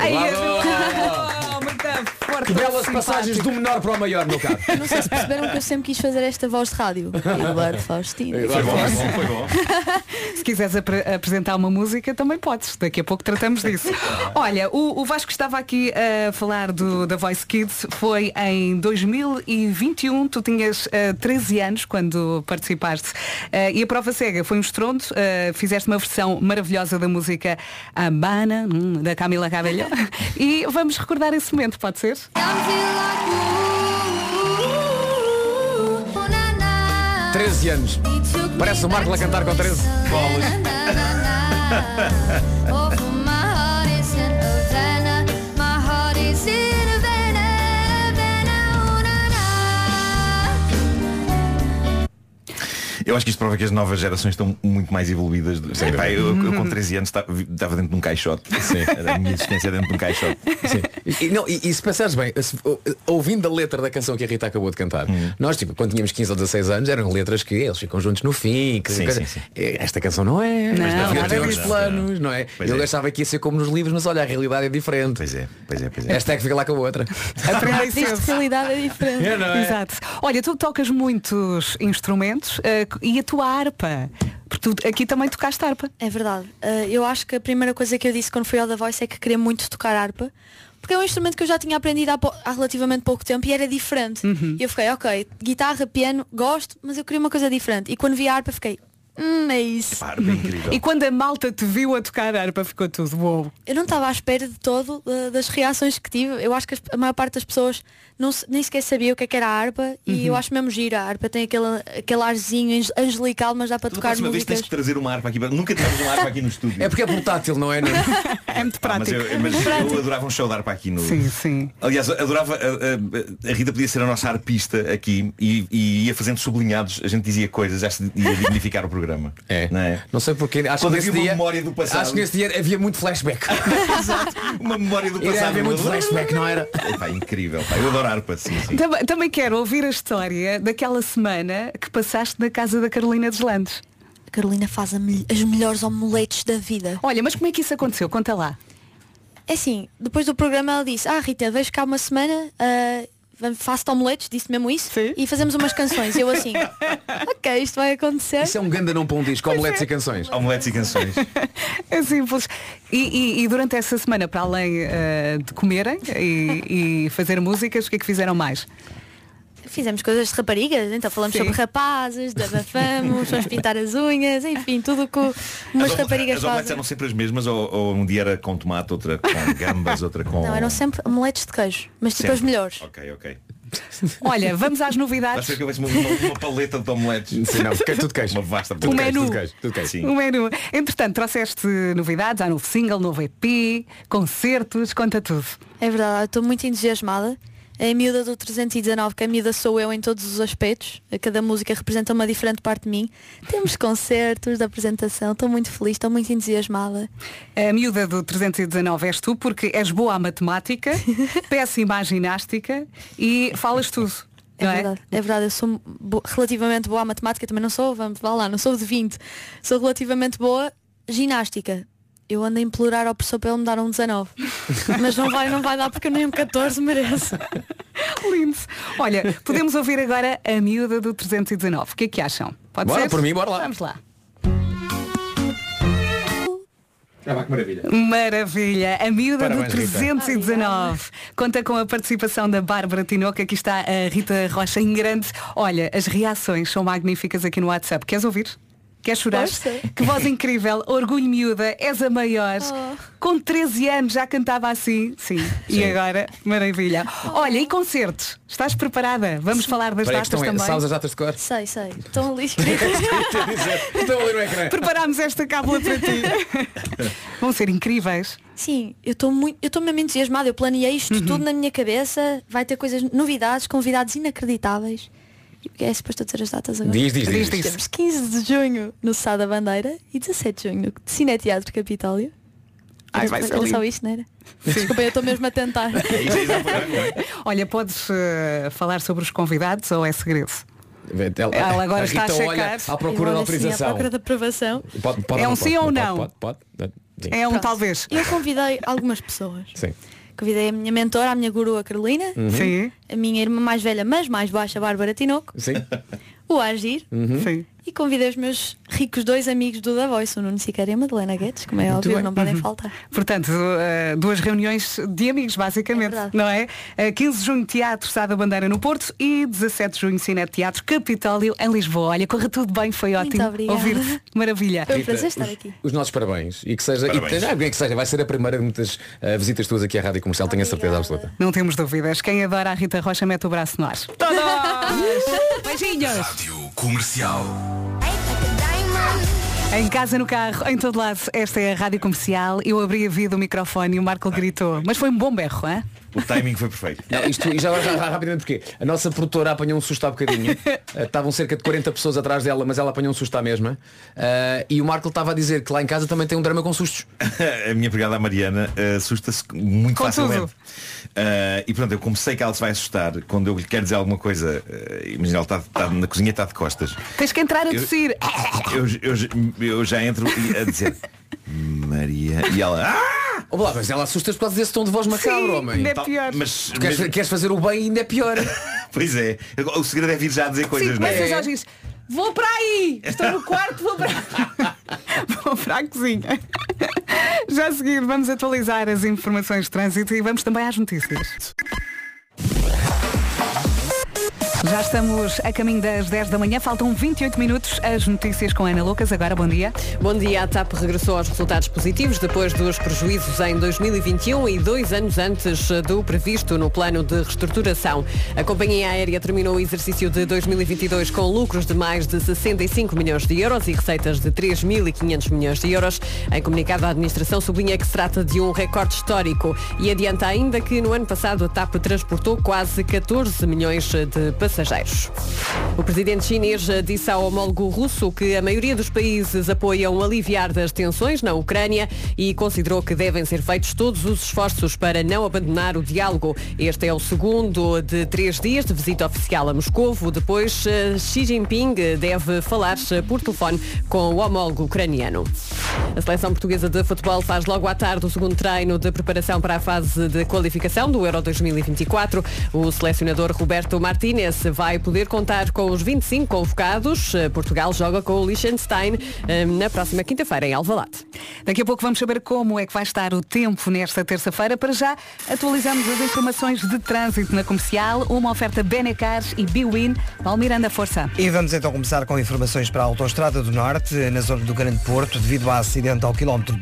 Que belas passagens do menor para o maior, meu caro. Não sei se perceberam que eu sempre quis fazer esta voz de rádio. Eduardo Faustino. Foi bom. Se quiseres apresentar uma música, também podes. Daqui a pouco tratamos disso. Olha, o Vasco estava aqui a falar da Voice Kids. Foi em 2021. Tu tinhas 13 anos quando participaste. E a prova cega foi um estrondo. Fizeste uma versão maravilhosa da música Habana, da Camila Cabello. E vamos recordar esse momento, pode ser? 13 anos. Parece o Marco a cantar com 13. Bolas. Eu acho que isto prova que as novas gerações estão muito mais evoluídas. Pá, eu com 13 anos estava dentro de um caixote. Sim. A minha existência dentro de um caixote. Sim. E se pensares bem, ouvindo a letra da canção que a Rita acabou de cantar, nós, tipo, quando tínhamos 15 ou 16 anos, eram letras que eles ficam juntos no fim. Sim. Esta canção não é. Não tem os planos, não é? Eu achava que ia ser como nos livros, mas olha, a realidade é diferente. Pois é. Esta é que fica lá com a outra. A triste realidade é diferente. Exato. Olha, tu tocas muitos instrumentos e a tua harpa. Porque tu aqui também tocaste harpa. É verdade. Eu acho que a primeira coisa que eu disse quando fui ao The Voice é que queria muito tocar harpa. Porque é um instrumento que eu já tinha aprendido há relativamente pouco tempo e era diferente. E eu fiquei, ok, guitarra, piano, gosto, mas eu queria uma coisa diferente. E quando vi a harpa fiquei, é isso. Epá, harpa é incrível. E quando a malta te viu a tocar a harpa ficou tudo uou. Eu não estava à espera de todo das reações que tive. Eu acho que a maior parte das pessoas nem sequer sabia o que é que era a harpa. E eu acho mesmo gira. A harpa tem aquele arzinho angelical, mas dá para tocar músicas. Vez tens que trazer uma harpa aqui. Nunca tivemos uma harpa aqui no estúdio. É porque é portátil, não é? Não? É muito prático. Mas eu adorava um show de harpa aqui no... Sim. Aliás, adorava... A Rita podia ser a nossa harpista aqui e ia fazendo sublinhados. A gente dizia coisas, ia dignificar o programa. Não sei porque. Acho que nesse havia dia, uma memória do passado. Acho que nesse dia havia muito flashback. Exato. Uma memória do passado. Havia muito flashback, não era? Epá, incrível. Pá, eu adoro harpa, sim. Também quero ouvir a história daquela semana que passaste na casa da Carolina Deslandes. A Carolina faz as melhores omeletes da vida. Olha, mas como é que isso aconteceu? Conta lá. É assim, depois do programa ela disse, Rita, vejo cá uma semana, faço-te omeletes, disse mesmo isso, e fazemos umas canções. Eu assim, ok, isto vai acontecer. Isso é um ganda não para um disco, omeletes e canções. Omeletes e canções. É simples. E durante essa semana, para além de comerem e fazer músicas, o que é que fizeram mais? Fizemos coisas de raparigas, então falamos sobre rapazes, desabafamos, vamos pintar as unhas, enfim, tudo que umas raparigas fazem. As omeletes eram sempre as mesmas ou um dia era com tomate, outra com gambas, outra com... Não, eram sempre omeletes de queijo, mas tipo as melhores. Ok. Olha, vamos às novidades. Acho que eu vejo uma paleta de omeletes. Sim, não, tudo queijo. Uma vasta tudo menu. Tudo queijo. Sim. O menu. Entretanto, trouxeste novidades, há novo single, novo EP, concertos, conta tudo. É verdade, estou muito entusiasmada. É a miúda do 319, que a miúda sou eu em todos os aspectos. Cada música representa uma diferente parte de mim. Temos concertos de apresentação, estou muito feliz, estou muito entusiasmada. A miúda do 319 és tu, porque és boa à matemática, péssima à ginástica e falas tudo. É verdade, eu sou relativamente boa à matemática, também não sou, não sou de 20. Sou relativamente boa ginástica. Eu ando a implorar ao professor para ele me dar um 19. Mas não vai dar porque eu nem um 14 mereço. Lindo. Olha, podemos ouvir agora a miúda do 319. O que é que acham? Pode bora ser? Por mim, bora lá. Vamos lá. Que maravilha. Maravilha. A miúda Parabéns, do 319. Conta com a participação da Bárbara Tinoco. Aqui está a Rita Rocha em grande. Olha, as reações são magníficas aqui no WhatsApp. Queres ouvir? Queres chorar? Que voz incrível, orgulho miúda, és a maior. Com 13 anos já cantava assim. Sim. E agora, maravilha. Olha, e concertos? Estás preparada? Vamos falar das datas também. Sabes as datas de cor? Sei. Estão ali. Estão a ler o ecrã. Preparámos esta cábula para ti. Vão ser incríveis. Sim, eu estou mesmo entusiasmada. Eu planeei isto tudo na minha cabeça. Vai ter coisas, novidades, convidados inacreditáveis. É suposto dizer as datas agora. Diz. Temos 15 de junho no Sá da Bandeira e 17 de junho no Cine Teatro Capitólio. Era só isto, não era? Desculpa, eu estou mesmo a tentar. Olha, podes falar sobre os convidados ou é segredo? Ela agora está a checar. à procura de autorização. À procura de aprovação. É um sim ou não? Pode. É um talvez. Eu convidei algumas pessoas. Sim. Convidei a minha mentora, a minha guru, a Carolina. Sim. A minha irmã mais velha, mas mais baixa, a Bárbara Tinoco. Sim. O Agir. Sim. E convidei os meus ricos 2 amigos do The Voice, o Nuno Siqueira e a Madalena Guedes, como é óbvio, não podem faltar. Portanto, 2 reuniões de amigos, basicamente, não é? 15 de junho, Teatro Sá da Bandeira no Porto e 17 de junho, Cine Teatro Capitólio em Lisboa. Olha, corre tudo bem, foi ótimo ouvir-te. Maravilha. Foi um prazer estar aqui. Os nossos parabéns. E que seja, vai ser a primeira de muitas visitas tuas aqui à Rádio Comercial, tenho a certeza absoluta. Não temos dúvidas. Quem adora a Rita Rocha mete o braço no ar. Todos! Beijinhos! Comercial. Em casa, no carro, em todo lado, esta é a Rádio Comercial. Eu abri a vida do microfone e o Marco gritou. Mas foi um bom berro, hein? O timing foi perfeito. Não, isto, e já rapidamente porque a nossa produtora apanhou um susto há bocadinho. Estavam cerca de 40 pessoas atrás dela, mas ela apanhou um susto à mesma. E o Marco estava a dizer que lá em casa também tem um drama com sustos. A minha pegada, a Mariana, assusta-se muito Com facilmente. E pronto, eu comecei que ela se vai assustar quando eu lhe quero dizer alguma coisa. Imagina, ela está na cozinha, está de costas. Tens que entrar a tossir. Eu já entro a dizer Maria. E ela. Olá, mas ela assusta-se por causa desse tom de voz macabro, homem. Ainda é pior. Mas Queres fazer o bem e ainda é pior. Pois é. O segredo é vir já a dizer coisas, não Começa é? já a dizer, vou para aí, estou no quarto, vou para a cozinha. Já a seguir vamos atualizar as informações de trânsito e vamos também às notícias. Já estamos a caminho das 10 da manhã, faltam 28 minutos, as notícias com a Ana Lucas. Agora, bom dia. Bom dia, a TAP regressou aos resultados positivos depois dos prejuízos em 2021 e 2 anos antes do previsto no plano de reestruturação. A companhia aérea terminou o exercício de 2022 com lucros de mais de 65 milhões de euros e receitas de 3.500 milhões de euros. Em comunicado, a administração sublinha que se trata de um recorde histórico e adianta ainda que no ano passado a TAP transportou quase 14 milhões de passageiros. O presidente chinês disse ao homólogo russo que a maioria dos países apoiam aliviar das tensões na Ucrânia e considerou que devem ser feitos todos os esforços para não abandonar o diálogo. Este é o segundo de 3 dias de visita oficial a Moscovo. Depois, Xi Jinping deve falar por telefone com o homólogo ucraniano. A seleção portuguesa de futebol faz logo à tarde o segundo treino de preparação para a fase de qualificação do Euro 2024. O selecionador Roberto Martínez vai poder contar com os 25 convocados. Portugal joga com o Liechtenstein na próxima quinta-feira em Alvalade. Daqui a pouco vamos saber como é que vai estar o tempo nesta terça-feira. Para já, atualizamos as informações de trânsito na Comercial, uma oferta Benecar e Biwin. Paulo Miranda, força. E vamos então começar com informações para a Autostrada do Norte, na zona do Grande Porto, devido ao acidente ao quilómetro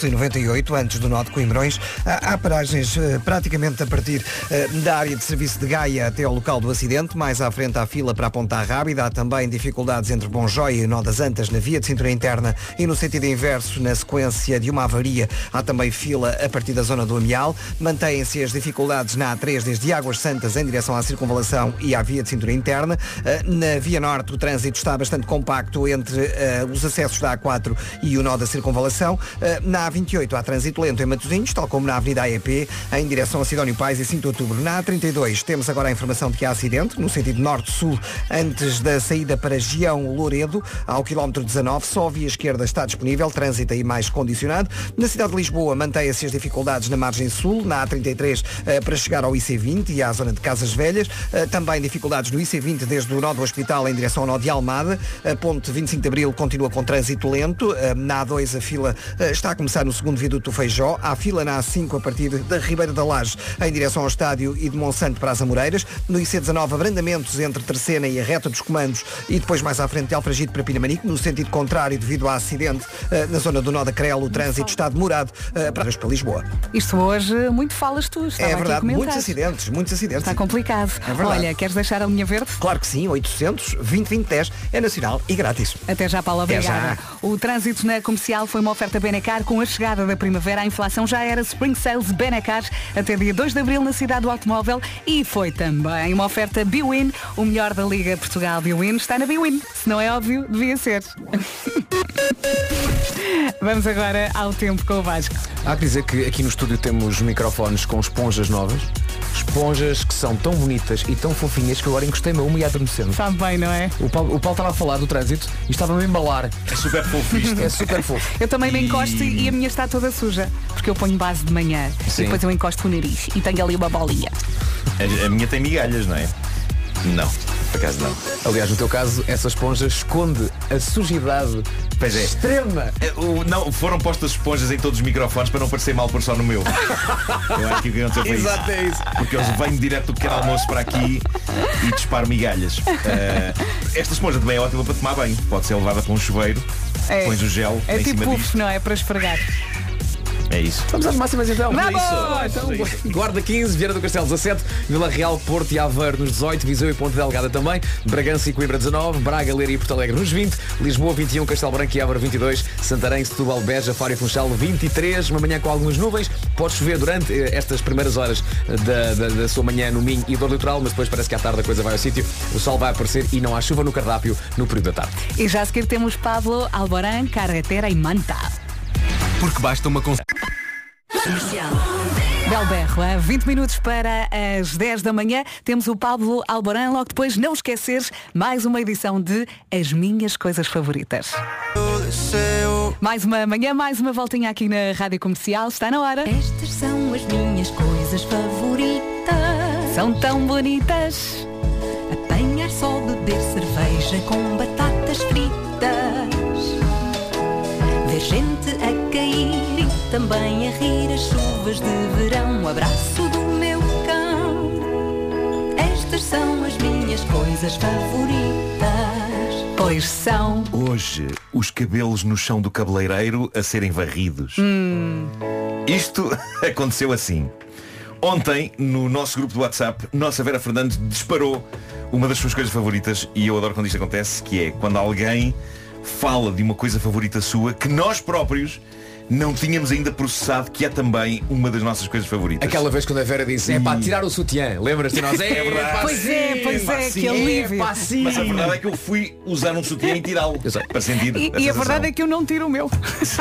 298, antes do nó de Coimbrões. Há paragens praticamente a partir da área de serviço de Gaia até ao local do acidente. Mais à frente há fila para a Ponta Rábida. Há também dificuldades entre Bonjóia e Nó das Antas na via de cintura interna e no sentido inverso, na sequência de uma avaria, há também fila a partir da zona do Amial. Mantêm-se as dificuldades na A3 desde Águas Santas em direção à circunvalação e à via de cintura interna. Na via norte o trânsito está bastante compacto entre os acessos da A4 e o nó da circunvalação. Na A28 há trânsito lento em Matosinhos, tal como na Avenida AEP, em direção a Sidónio Pais e 5 de Outubro. Na A32 temos agora a informação de que há acidente no sentido norte-sul, antes da saída para Gião Louredo, ao quilómetro 19, só a via esquerda está disponível, trânsito aí mais condicionado. Na cidade de Lisboa mantém-se as dificuldades na margem sul, na A33 para chegar ao IC20 e à zona de Casas Velhas, também dificuldades no IC20 desde o nó do Hospital em direção ao nó de Almada. A ponte 25 de Abril continua com trânsito lento, na A2 a fila está a começar no segundo viaduto do Feijó, há fila na A5 a partir da Ribeira da Laje em direção ao estádio e de Monsanto para as Amoreiras. No IC19 abrandamentos entre Terceira e a reta dos Comandos e depois mais à frente de Alfragide para Pinamanique, no sentido contrário devido ao acidente na zona do nó da Crelo, o trânsito está demorado para Lisboa. Isto hoje muito falas tu, estava é verdade, aqui a muitos acidentes. Está complicado. É Olha, queres deixar a linha verde? Claro que sim, 800-2020-10 é nacional e grátis. Até já, Paula, obrigada. O trânsito na Comercial foi uma oferta Benecar. Com a chegada da primavera, a inflação já era Spring Sales Benecar até dia 2 de Abril na cidade do automóvel e foi também uma oferta Biwin, o melhor da Liga Portugal. Biwin está na Biwin. Se não é óbvio, devia ser. Vamos agora ao tempo com o Vasco. Há que dizer que aqui no estúdio temos microfones com esponjas novas. Esponjas que são tão bonitas e tão fofinhas que agora encostei-me a uma e adormecendo. Sabe bem, não é? O Paulo estava a falar do trânsito e estava-me a embalar. É super fofo isto. É super fofo. Eu também me encosto e a minha está toda suja. Porque eu ponho base de manhã. Sim. E depois eu encosto o nariz e tenho ali uma bolinha. A minha tem migalhas, não é? Não, por acaso não. Aliás, no teu caso, essa esponja esconde a sujidade extrema. Não, foram postas esponjas em todos os microfones para não parecer mal por só no meu. Eu acho que o que aconteceu foi Exato, é isso. Porque eles vêm direto do pequeno almoço para aqui e disparo migalhas. Esta esponja também é ótima para tomar banho. Pode ser levada para um chuveiro, pões o gel é em tipo cima puff, disto. não é? Para esfregar. É isso. Vamos às máximas então. Vamos! Então, Guarda 15, Viana do Castelo 17, Vila Real, Porto e Aveiro nos 18, Viseu e Ponte Delgada também, Bragança e Coimbra 19, Braga, Leiria e Porto Alegre nos 20, Lisboa 21, Castelo Branco e Évora 22, Santarém, Setúbal, Beja, Faro e Funchal 23, uma manhã com algumas nuvens, pode chover durante estas primeiras horas da sua manhã no Minho e do litoral, mas depois parece que à tarde a coisa vai ao sítio, o sol vai aparecer e não há chuva no cardápio no período da tarde. E já a seguir temos Pablo Alborán, Carretera e Manta. Porque basta uma Belberro, a 20 minutos para as 10 da manhã temos o Pablo Alborán, logo depois não esqueceres mais uma edição de As Minhas Coisas Favoritas. Mais uma manhã, mais uma voltinha aqui na Rádio Comercial, está na hora. Estas são as minhas coisas favoritas. São tão bonitas. Apanhar só, beber cerveja com batatas fritas. Ver gente a cair e também a rir as chuvas de verão. O abraço do meu cão. Estas são as minhas coisas favoritas. Pois são. Hoje, os cabelos no chão do cabeleireiro a serem varridos. Isto aconteceu assim. Ontem, no nosso grupo do WhatsApp, nossa Vera Fernandes disparou uma das suas coisas favoritas, e eu adoro quando isto acontece, que é quando alguém fala de uma coisa favorita sua que nós próprios não tínhamos ainda processado, que é também uma das nossas coisas favoritas. Aquela vez quando a Vera disse, é pá, tirar o sutiã, lembras-te de nós? É verdade. Pois é, que alívio. Mas a verdade é que eu fui usar um sutiã e tirá-lo para sentir E a verdade é que eu não tiro o meu.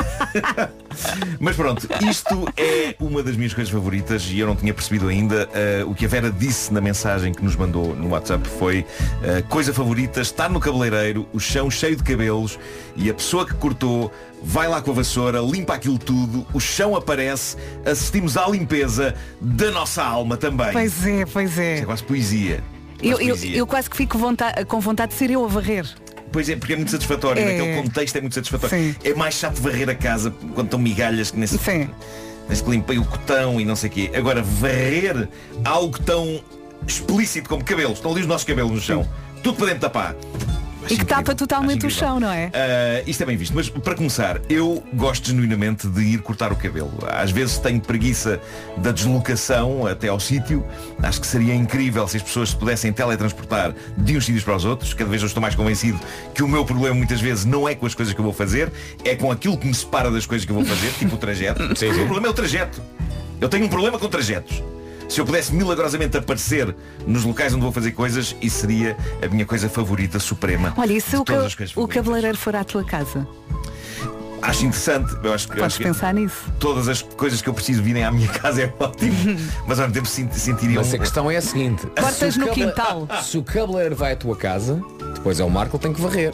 Mas pronto, isto é uma das minhas coisas favoritas e eu não tinha percebido ainda. O que a Vera disse na mensagem que nos mandou no WhatsApp foi coisa favorita, estar no cabeleireiro, o chão cheio de cabelos e a pessoa que cortou vai lá com a vassoura, limpa aquilo tudo, o chão aparece, assistimos à limpeza da nossa alma também. Pois é, pois é. Isto é quase poesia. Eu quase que fico com vontade de ser eu a varrer. Pois é, porque é muito satisfatório. Naquele contexto é muito satisfatório. Sim. É mais chato varrer a casa quando estão migalhas que nesse que limpei o cotão e não sei o quê. Agora, varrer algo tão explícito como cabelos. Estão ali os nossos cabelos no chão. Tudo para dentro da pá. E que tapa totalmente o chão, não é? Isto é bem visto, mas para começar, eu gosto genuinamente de ir cortar o cabelo. Às vezes tenho preguiça da deslocação até ao sítio. Acho que seria incrível se as pessoas se pudessem teletransportar de uns sítios para os outros. Cada vez eu estou mais convencido que o meu problema muitas vezes não é com as coisas que eu vou fazer, é com aquilo que me separa das coisas que eu vou fazer, tipo o trajeto. Sim. O problema é o trajeto. Eu tenho um problema com trajetos. Se eu pudesse milagrosamente aparecer nos locais onde vou fazer coisas, isso seria a minha coisa favorita, suprema. Olha, e se o cabeleireiro for à tua casa? Acho interessante. Podes pensar nisso. Todas as coisas que eu preciso virem à minha casa é ótimo. Mas ao mesmo tempo sentiria Mas a questão é a seguinte. Cortas no quintal. Se o cabeleireiro vai à tua casa, depois é o Marco que tem que varrer.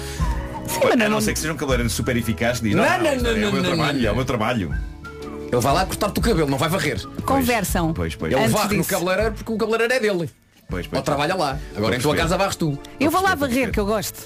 A não ser que seja um cabeleireiro super eficaz que diz, é o meu trabalho. Ele vai lá cortar-te o cabelo, não vai varrer. Conversam. Pois. Ele varre no cabeleireiro porque o cabeleireiro é dele. Pois. Ou trabalha lá. Agora em tua casa varres tu. Eu vou lá varrer, que eu gosto.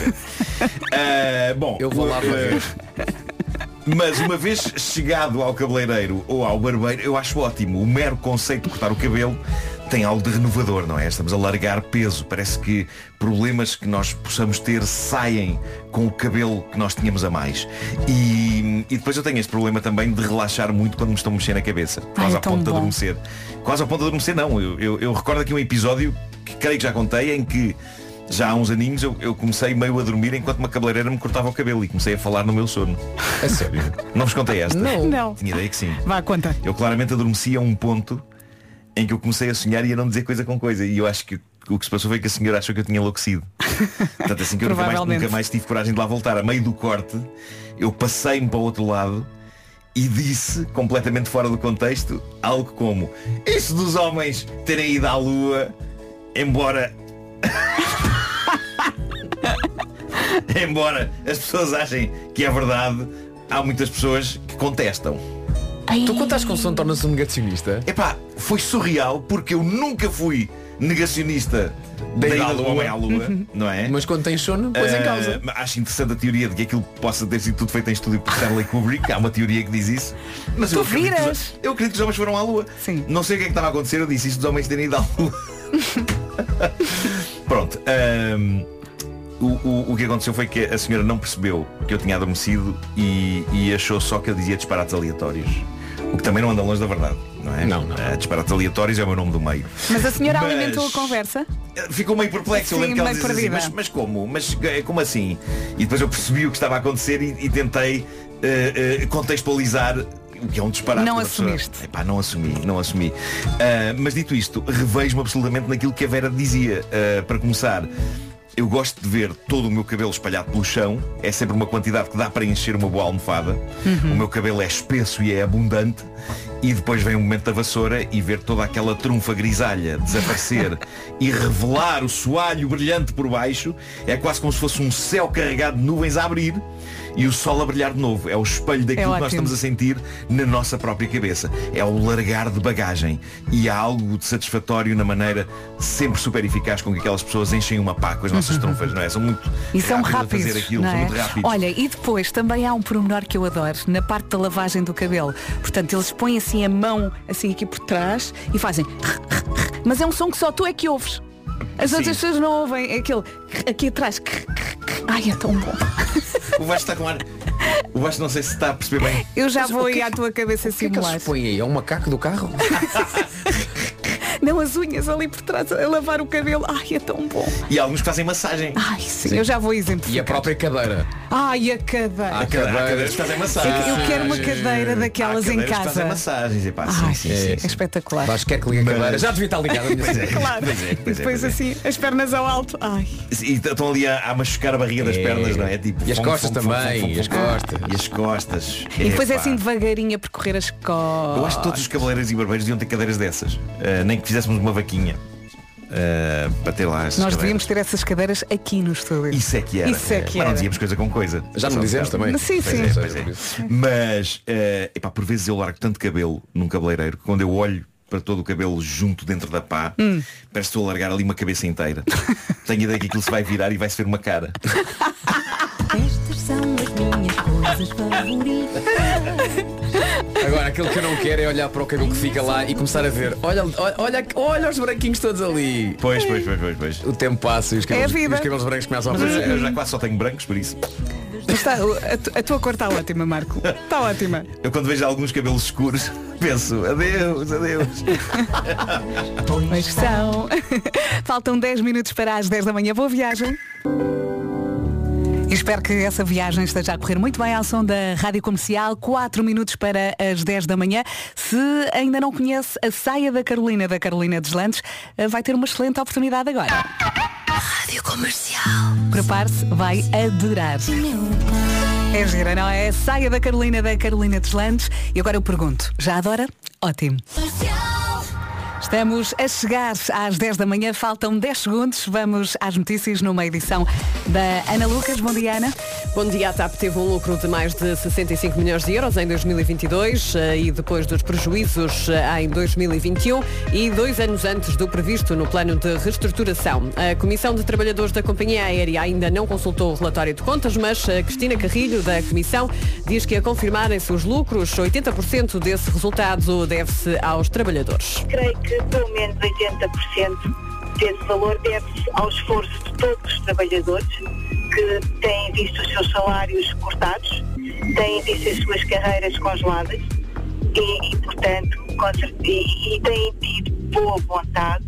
Bom, eu vou lá varrer. Mas uma vez chegado ao cabeleireiro ou ao barbeiro, eu acho ótimo. O mero conceito de cortar o cabelo tem algo de renovador, não é? Estamos a largar peso. Parece que problemas que nós possamos ter saem com o cabelo que nós tínhamos a mais. E depois eu tenho este problema também de relaxar muito quando me estão a mexer na cabeça. Quase ao ponto de adormecer. Quase ao ponto de adormecer, não. Eu recordo aqui um episódio que creio que já contei, em que já há uns aninhos eu comecei meio a dormir enquanto uma cabeleireira me cortava o cabelo e comecei a falar no meu sono. É sério? Não vos contei esta? Não. Tinha ideia que sim. Vá, conta. Eu claramente adormeci a um ponto em que eu comecei a sonhar e a não dizer coisa com coisa. E eu acho que o que se passou foi que a senhora achou que eu tinha enlouquecido. Portanto, assim que eu nunca mais tive coragem de lá voltar. A meio do corte, eu passei-me para o outro lado e disse, completamente fora do contexto, algo como: isso dos homens terem ido à lua, embora as pessoas achem que é verdade, há muitas pessoas que contestam. Tu quando estás com sono tornas-se um negacionista? Epá, foi surreal porque eu nunca fui negacionista da ida do homem à lua, não é? Mas quando tens sono, pões em causa. Acho interessante a teoria de que aquilo possa ter sido tudo feito em estúdio por Stanley Kubrick. Há uma teoria que diz isso. Mas eu acredito que os homens foram à lua. Sim. Não sei o que é que estava a acontecer. Eu disse isso dos homens terem ido à lua. Pronto. O que aconteceu foi que a senhora não percebeu que eu tinha adormecido e achou só que eu dizia disparates aleatórios. O que também não anda longe da verdade, não é? Não. Disparates aleatórios é o meu nome do meio. Mas a senhora alimentou a conversa? Ficou meio perplexo. Eu lembro que ela dizia assim, mas como? Mas como assim? E depois eu percebi o que estava a acontecer e tentei contextualizar o que é um disparate. Não assumiste. Epá, não assumi. Mas dito isto, revejo-me absolutamente naquilo que a Vera dizia. Para começar, eu gosto de ver todo o meu cabelo espalhado pelo chão. É sempre uma quantidade que dá para encher uma boa almofada. O meu cabelo é espesso e é abundante. E depois vem o momento da vassoura e ver toda aquela trunfa grisalha desaparecer e revelar o soalho brilhante por baixo. É quase como se fosse um céu carregado de nuvens a abrir e o sol a brilhar de novo. É o espelho daquilo que nós estamos a sentir na nossa própria cabeça. É o largar de bagagem. E há algo de satisfatório na maneira sempre super eficaz com que aquelas pessoas enchem uma pá com as nossas trunfas, não é? São muito rápidos a fazer aquilo, não é? São muito rápidos. Olha, e depois também há um pormenor que eu adoro, na parte da lavagem do cabelo. Portanto, eles põem assim a mão assim aqui por trás e fazem mas é um som que só tu é que ouves. As outras pessoas não ouvem. É aquele aqui atrás. Ai, é tão bom. O Vasco está com ar. O Vasco não sei se está a perceber bem. Eu já vou aí à tua cabeça simular. O que põe aí? É um macaco do carro? Não, as unhas ali por trás a lavar o cabelo. Ai, é tão bom. E alguns que fazem massagem. Ai, sim. Eu já vou exemplificar. E a própria cadeira. Ai, a cadeira. Há cadeiras que fazem massagem. Eu quero uma cadeira daquelas em casa. Que fazem massagens. Epá, ai, sim. É espetacular. Vasco quer que ligue a cadeira. Já devia estar ligada. Claro. Depois assim, as pernas ao alto. Ai. E estão ali a machucar a barriga das pernas, não é? Tipo, e as costas também. E as costas. E as costas. E depois é assim devagarinho a percorrer as costas. Eu acho que todos os cabeleireiros e barbeiros deviam ter cadeiras dessas. Nem que fizéssemos uma vaquinha. Para ter lá. Nós devíamos ter essas cadeiras aqui no estúdio. Isso é que era. Mas não dizíamos coisa com coisa. Já não dizemos também. Sim. Pois é. Mas por vezes eu largo tanto cabelo num cabeleireiro que quando eu olho para todo o cabelo junto dentro da pá, parece que estou a largar ali uma cabeça inteira. Tenho a ideia que aquilo se vai virar e vai-se ver uma cara. Estas são as minhas coisas favoritas. Agora, aquilo que eu não quero é olhar para o cabelo que fica lá e começar a ver. Olha os branquinhos todos ali. Pois. O tempo passa e os cabelos brancos começam a aparecer. Eu já quase só tenho brancos, por isso. A tua cor está ótima, Marco. Está ótima. Eu quando vejo alguns cabelos escuros penso, adeus. Pois são. Faltam 10 minutos para as 10 da manhã. Boa viagem. E espero que essa viagem esteja a correr muito bem ao som da Rádio Comercial. 4 minutos para as 10 da manhã. Se ainda não conhece a saia da Carolina Deslandes, vai ter uma excelente oportunidade agora. Rádio Comercial. Prepare-se, vai adorar. É gira, não é? A saia da Carolina Deslandes. E agora eu pergunto, já adora? Ótimo. Estamos a chegar às 10 da manhã, faltam 10 segundos. Vamos às notícias numa edição da Ana Lucas. Bom dia, Ana. Bom dia. A TAP teve um lucro de mais de 65 milhões de euros em 2022 e depois dos prejuízos em 2021 e 2 anos antes do previsto no plano de reestruturação. A Comissão de Trabalhadores da Companhia Aérea ainda não consultou o relatório de contas, mas Cristina Carrilho, da Comissão, diz que a confirmarem-se os lucros, 80% desse resultado deve-se aos trabalhadores. Creio que pelo menos 80% desse valor deve-se ao esforço de todos os trabalhadores que têm visto os seus salários cortados, têm visto as suas carreiras congeladas e portanto, e têm tido boa vontade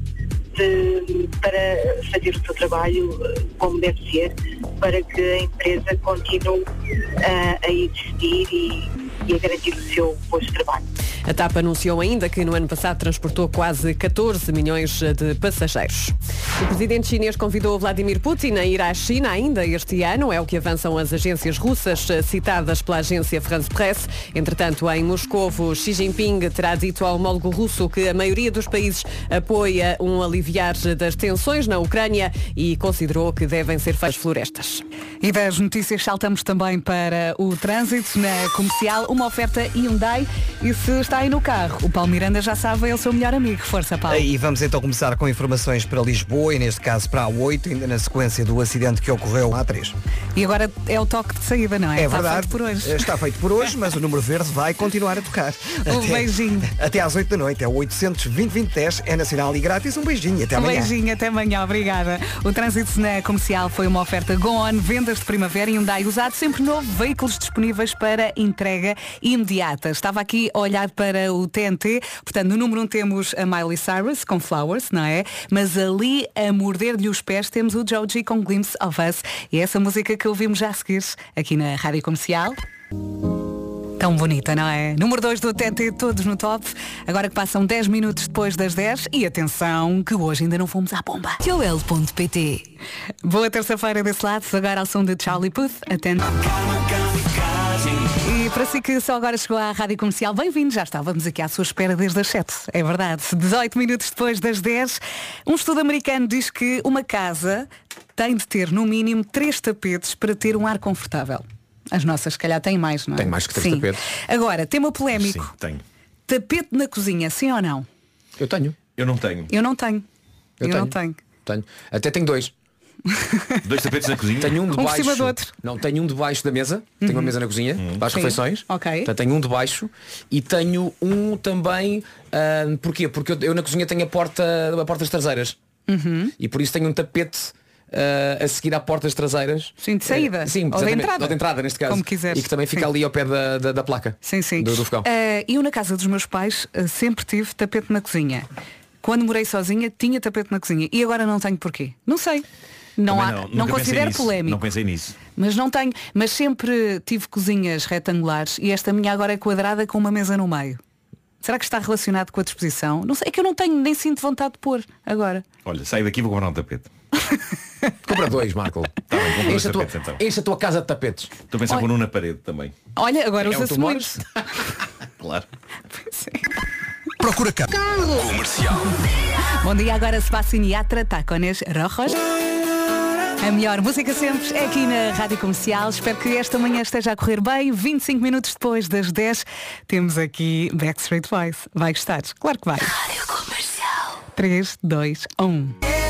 para fazer o seu trabalho como deve ser, para que a empresa continue a existir e a garantir o seu posto de trabalho. A TAP anunciou ainda que no ano passado transportou quase 14 milhões de passageiros. O presidente chinês convidou Vladimir Putin a ir à China ainda este ano, é o que avançam as agências russas citadas pela agência France Presse. Entretanto, em Moscovo, Xi Jinping terá dito ao homólogo russo que a maioria dos países apoia um aliviar das tensões na Ucrânia e considerou que devem ser feitas florestas. E das notícias saltamos também para o trânsito na Comercial. uma oferta Hyundai. E se está aí no carro, o Paulo Miranda já sabe, é o seu melhor amigo. Força, Paulo. E vamos então começar com informações para Lisboa e neste caso para a A8, ainda na sequência do acidente que ocorreu na A3. E agora é o toque de saída, não é? É está verdade. Feito por hoje. Está feito por hoje, mas o número verde vai continuar a tocar. Beijinho. Até às 8 da noite. É o 820-2010, é nacional e grátis. Um beijinho. Até amanhã. Beijinho, até amanhã. Obrigada. O trânsito na comercial foi uma oferta Go On, vendas de primavera e Hyundai usado, sempre novo, veículos disponíveis para entrega imediata. Estava aqui a olhar para o TNT, portanto no número 1 temos a Miley Cyrus com Flowers, não é? Mas ali a morder-lhe os pés temos o Joji com Glimpse of Us, e essa música que ouvimos já a seguir aqui na Rádio Comercial. Tão bonita, não é? Número 2 do TNT, todos no top. Agora que passam 10 minutos depois das 10. E atenção, que hoje ainda não fomos à bomba. Joel.pt. Boa terça-feira desse lado. Agora ao som de Charlie Puth. Atento. E para si que só agora chegou à Rádio Comercial, bem-vindo. Já estávamos aqui à sua espera desde as 7. É verdade. 18 minutos depois das 10. Um estudo americano diz que uma casa tem de ter no mínimo 3 tapetes para ter um ar confortável. As nossas, se calhar, têm mais, não é? Tem mais que 3 tapetes. Agora, tema polémico. Sim, tenho. Tapete na cozinha, sim ou não? Eu tenho. Eu não tenho. Eu não tenho. Eu não tenho. Tenho. Até tenho 2. 2 tapetes na cozinha? Tenho um por debaixo. cima do outro. Não, tenho um debaixo da mesa. Tenho uma mesa na cozinha, para as Sim. refeições. Ok. Portanto, tenho um debaixo. E tenho um também. Porquê? Porque eu na cozinha tenho a porta das traseiras. E por isso tenho um tapete a seguir à portas traseiras. Sim, de saída. Sim, ou de entrada. Ou de entrada, neste caso. Como quiseres. E que também fica Sim. ali ao pé da placa. Sim, sim. Do fogão. Eu na casa dos meus pais sempre tive tapete na cozinha. Quando morei sozinha tinha tapete na cozinha. E agora não tenho porquê. Não sei. Não Nunca considero pensei polémico. Não pensei nisso. Mas não tenho. Mas sempre tive cozinhas retangulares e esta minha agora é quadrada com uma mesa no meio. Será que está relacionado com a disposição? Não sei, é que eu não tenho, nem sinto vontade de pôr agora. Olha, saio daqui e vou comprar um tapete. Compra 2, Marco. Tá bem, compra 2 Enche tapetes então. enche a tua casa de tapetes. Estou a pensar pôr um na parede também. Olha, agora É onde usa-se tu muito. moras? Claro. Procura cá. Comercial. Bom dia, agora Sebastián Yatra, Tacones Rojos. A melhor música sempre é aqui na Rádio Comercial. Espero que esta manhã esteja a correr bem. 25 minutos depois das 10 temos aqui Backstreet Boys. Vai gostar? Claro que vai. Rádio Comercial. 3, 2, 1.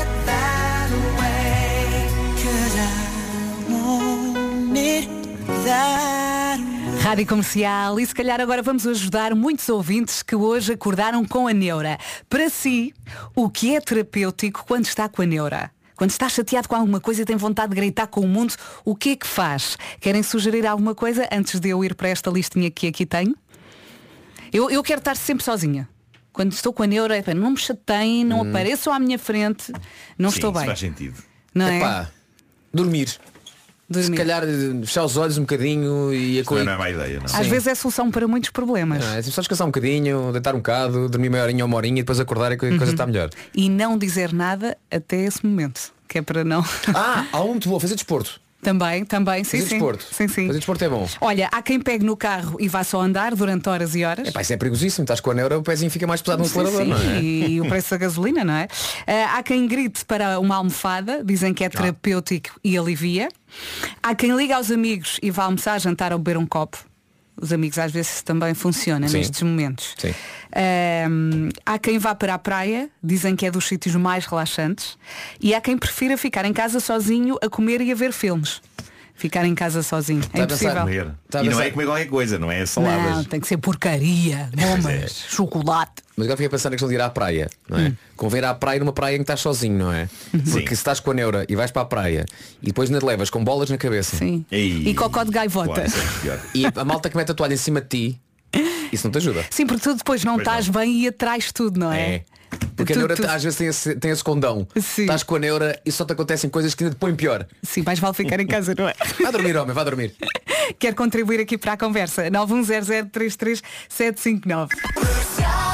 Rádio Comercial, e se calhar agora vamos ajudar muitos ouvintes que hoje acordaram com a neura. Para si, o que é terapêutico quando está com a neura? Quando está chateado com alguma coisa e tem vontade de gritar com o mundo, o que é que faz? Querem sugerir alguma coisa antes de eu ir para esta listinha que aqui tenho? Eu quero estar sempre sozinha. Quando estou com a neura, não me chateiem, não apareçam à minha frente, não Sim, estou isso bem. faz sentido. Não é? Epá, dormir. Se calhar fechar os olhos um bocadinho e a Isso não é má ideia, não. Às vezes é solução para muitos problemas. É só descansar um bocadinho, deitar um bocado, dormir meia horinha ou uma horinha e depois acordar e a coisa está melhor. E não dizer nada até esse momento. Que é para não. Há um muito bom, fazer desporto. Também, sim, Fazer sim. desporto. Sim, sim. Fazer desporto é bom. Olha, há quem pegue no carro e vá só andar durante horas e horas. Epá, isso é perigosíssimo. Estás com a neura, o pezinho fica mais pesado no Sim, acelerador, sim. não é? E o preço da gasolina, não é? Há quem grite para uma almofada, dizem que é terapêutico e alivia. Há quem liga aos amigos e vá almoçar, jantar ou beber um copo. Os amigos às vezes também funcionam Sim. nestes momentos. Sim. Há quem vá para a praia, dizem que é dos sítios mais relaxantes. E há quem prefira ficar em casa sozinho a comer e a ver filmes. Ficar em casa sozinho. É Tá a pensar impossível. Comer. Tá a E não pensar- é comer qualquer coisa, não é saladas. Não, tem que ser porcaria, gomas, chocolate. Mas agora fiquei a pensar na questão de ir à praia, não é? Convém ir à praia numa praia em que estás sozinho, não é? Porque se estás com a neura e vais para a praia e depois ainda te levas com bolas na cabeça Sim. Ei. E cocó de gaivota. Claro, isso é pior. e a malta que mete a toalha em cima de ti, isso não te ajuda. Sim, porque tu depois não Pois estás bem e atrás tudo, não é? É. Porque a Tu- neura tu- às vezes tem esse condão. Sim. Estás com a neura e só te acontecem coisas que ainda te põem pior. Sim, mais vale ficar em casa, não é? Vá dormir, homem, vá dormir. Quer contribuir aqui para a conversa? 910033759.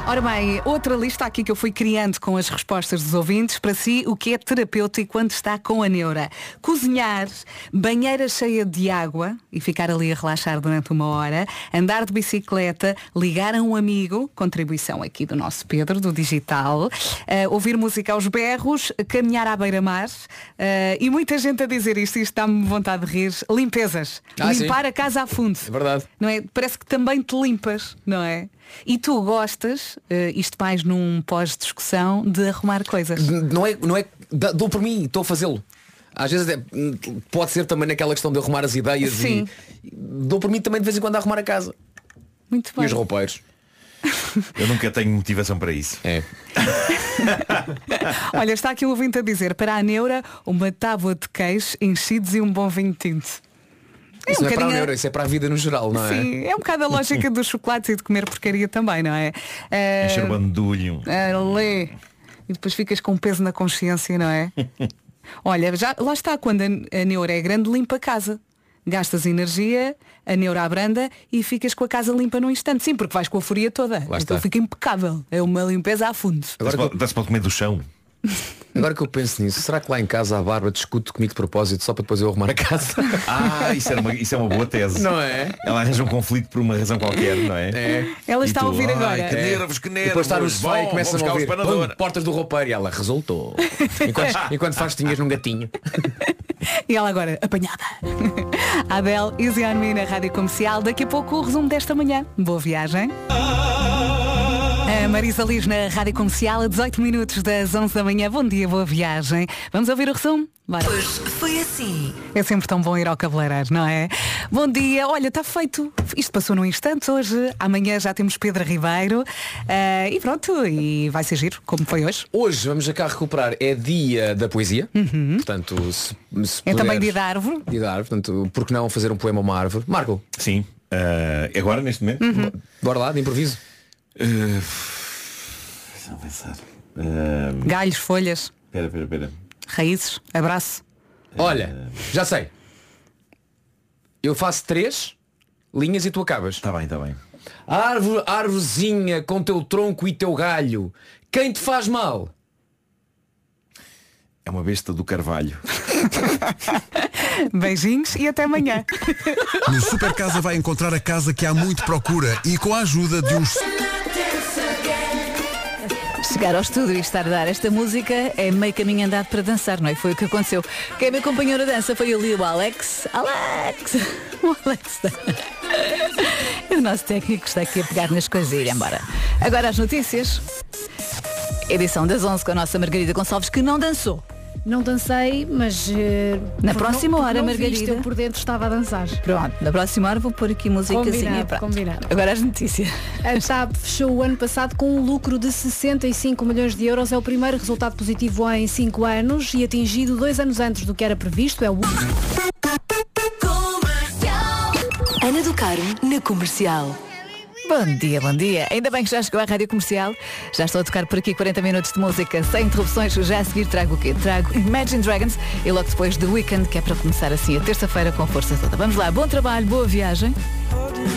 Ora bem, outra lista aqui que eu fui criando com as respostas dos ouvintes. Para si, o que é terapêutico quando está com a neura? Cozinhar, banheira cheia de água e ficar ali a relaxar durante 1 hora, andar de bicicleta, ligar a um amigo, contribuição aqui do nosso Pedro, do digital, ouvir música aos berros, caminhar à beira-mar, e muita gente a dizer isto dá-me vontade de rir, limpezas. Limpar sim. A casa a fundo. É verdade. Não é? Parece que também te limpas, não é? E tu gostas, isto mais num pós-discussão, de arrumar coisas? Não é, dou por mim, estou a fazê-lo. Às vezes pode ser também naquela questão de arrumar as ideias. Sim. E dou por mim também de vez em quando a arrumar a casa. Muito bem. E os roupeiros. Eu nunca tenho motivação para isso. É. Olha, está aqui um ouvinte a dizer, para a neura, uma tábua de queijo, enchidos e um bom vinho tinto. Isso não é para a neura, isso é para a vida no geral, não é? Sim, é um bocado a lógica dos chocolates e de comer porcaria também, não é? Encher o bandulho. E depois ficas com peso na consciência, não é? Olha, lá está, quando a neura é grande, limpa a casa. Gastas energia, a neura abranda e ficas com a casa limpa num instante. Sim, porque vais com a fúria toda. Então fica impecável. É uma limpeza a fundo. Dá-se para comer do chão. Agora que eu penso nisso, será que lá em casa a Bárbara discute comigo de propósito só para depois eu arrumar a casa? Isso é uma boa tese. Não é? Ela arranja um conflito por uma razão qualquer, não é? É. Ela está a ouvir agora. Que nervos. E depois está no sofá e começa a ouvir portas do roupeiro e ela resultou. enquanto faz tinhas num gatinho. E ela agora, apanhada. Adele, Easy on Me na Rádio Comercial. Daqui a pouco o resumo desta manhã. Boa viagem. A Marisa Liz na Rádio Comercial, a 18 minutos das 11 da manhã. Bom dia, boa viagem. Vamos ouvir o resumo? Bora. Hoje foi assim. É sempre tão bom ir ao cabeleireiro, não é? Bom dia, olha, está feito. Isto passou num instante hoje. Amanhã já temos Pedro Ribeiro. E pronto, e vai ser giro, como foi hoje. Hoje vamos cá recuperar, é dia da poesia. Portanto, se é puderes, também dia da árvore. Dia da árvore, portanto, por que não fazer um poema a uma árvore? Marco? Sim. Agora, neste momento? Bora lá, de improviso. Deixa-me pensar. Galhos, folhas. Espera. Raízes, abraço. Olha, já sei. Eu faço 3 linhas e tu acabas. Está bem. Árvorezinha com teu tronco e teu galho, quem te faz mal? É uma besta do carvalho. Beijinhos e até amanhã. No Super Casa vai encontrar a casa que há muito procura e com a ajuda de uns... Chegar ao estúdio e estar a dar esta música é meio caminho andado para dançar, não é? Foi o que aconteceu. Quem me acompanhou na dança foi ali o Alex. O Alex. O nosso técnico está aqui a pegar nas coisas e ir embora. Agora as notícias. Edição das 11 com a nossa Margarida Gonçalves, que não dançou. Não dancei, mas na próxima hora, Margarida, eu por dentro estava a dançar. Pronto, na próxima hora vou pôr aqui musicazinha. Combinado. Agora as notícias. A TAP fechou o ano passado com um lucro de 65 milhões de euros. É o primeiro resultado positivo em 5 anos e atingido 2 anos antes do que era previsto. É o Ana do Carmo na Comercial. Bom dia. Ainda bem que já chegou à Rádio Comercial. Já estou a tocar por aqui 40 minutos de música sem interrupções. Já a seguir trago o quê? Trago Imagine Dragons e logo depois The Weeknd, que é para começar assim a terça-feira com força toda. Vamos lá, bom trabalho, boa viagem.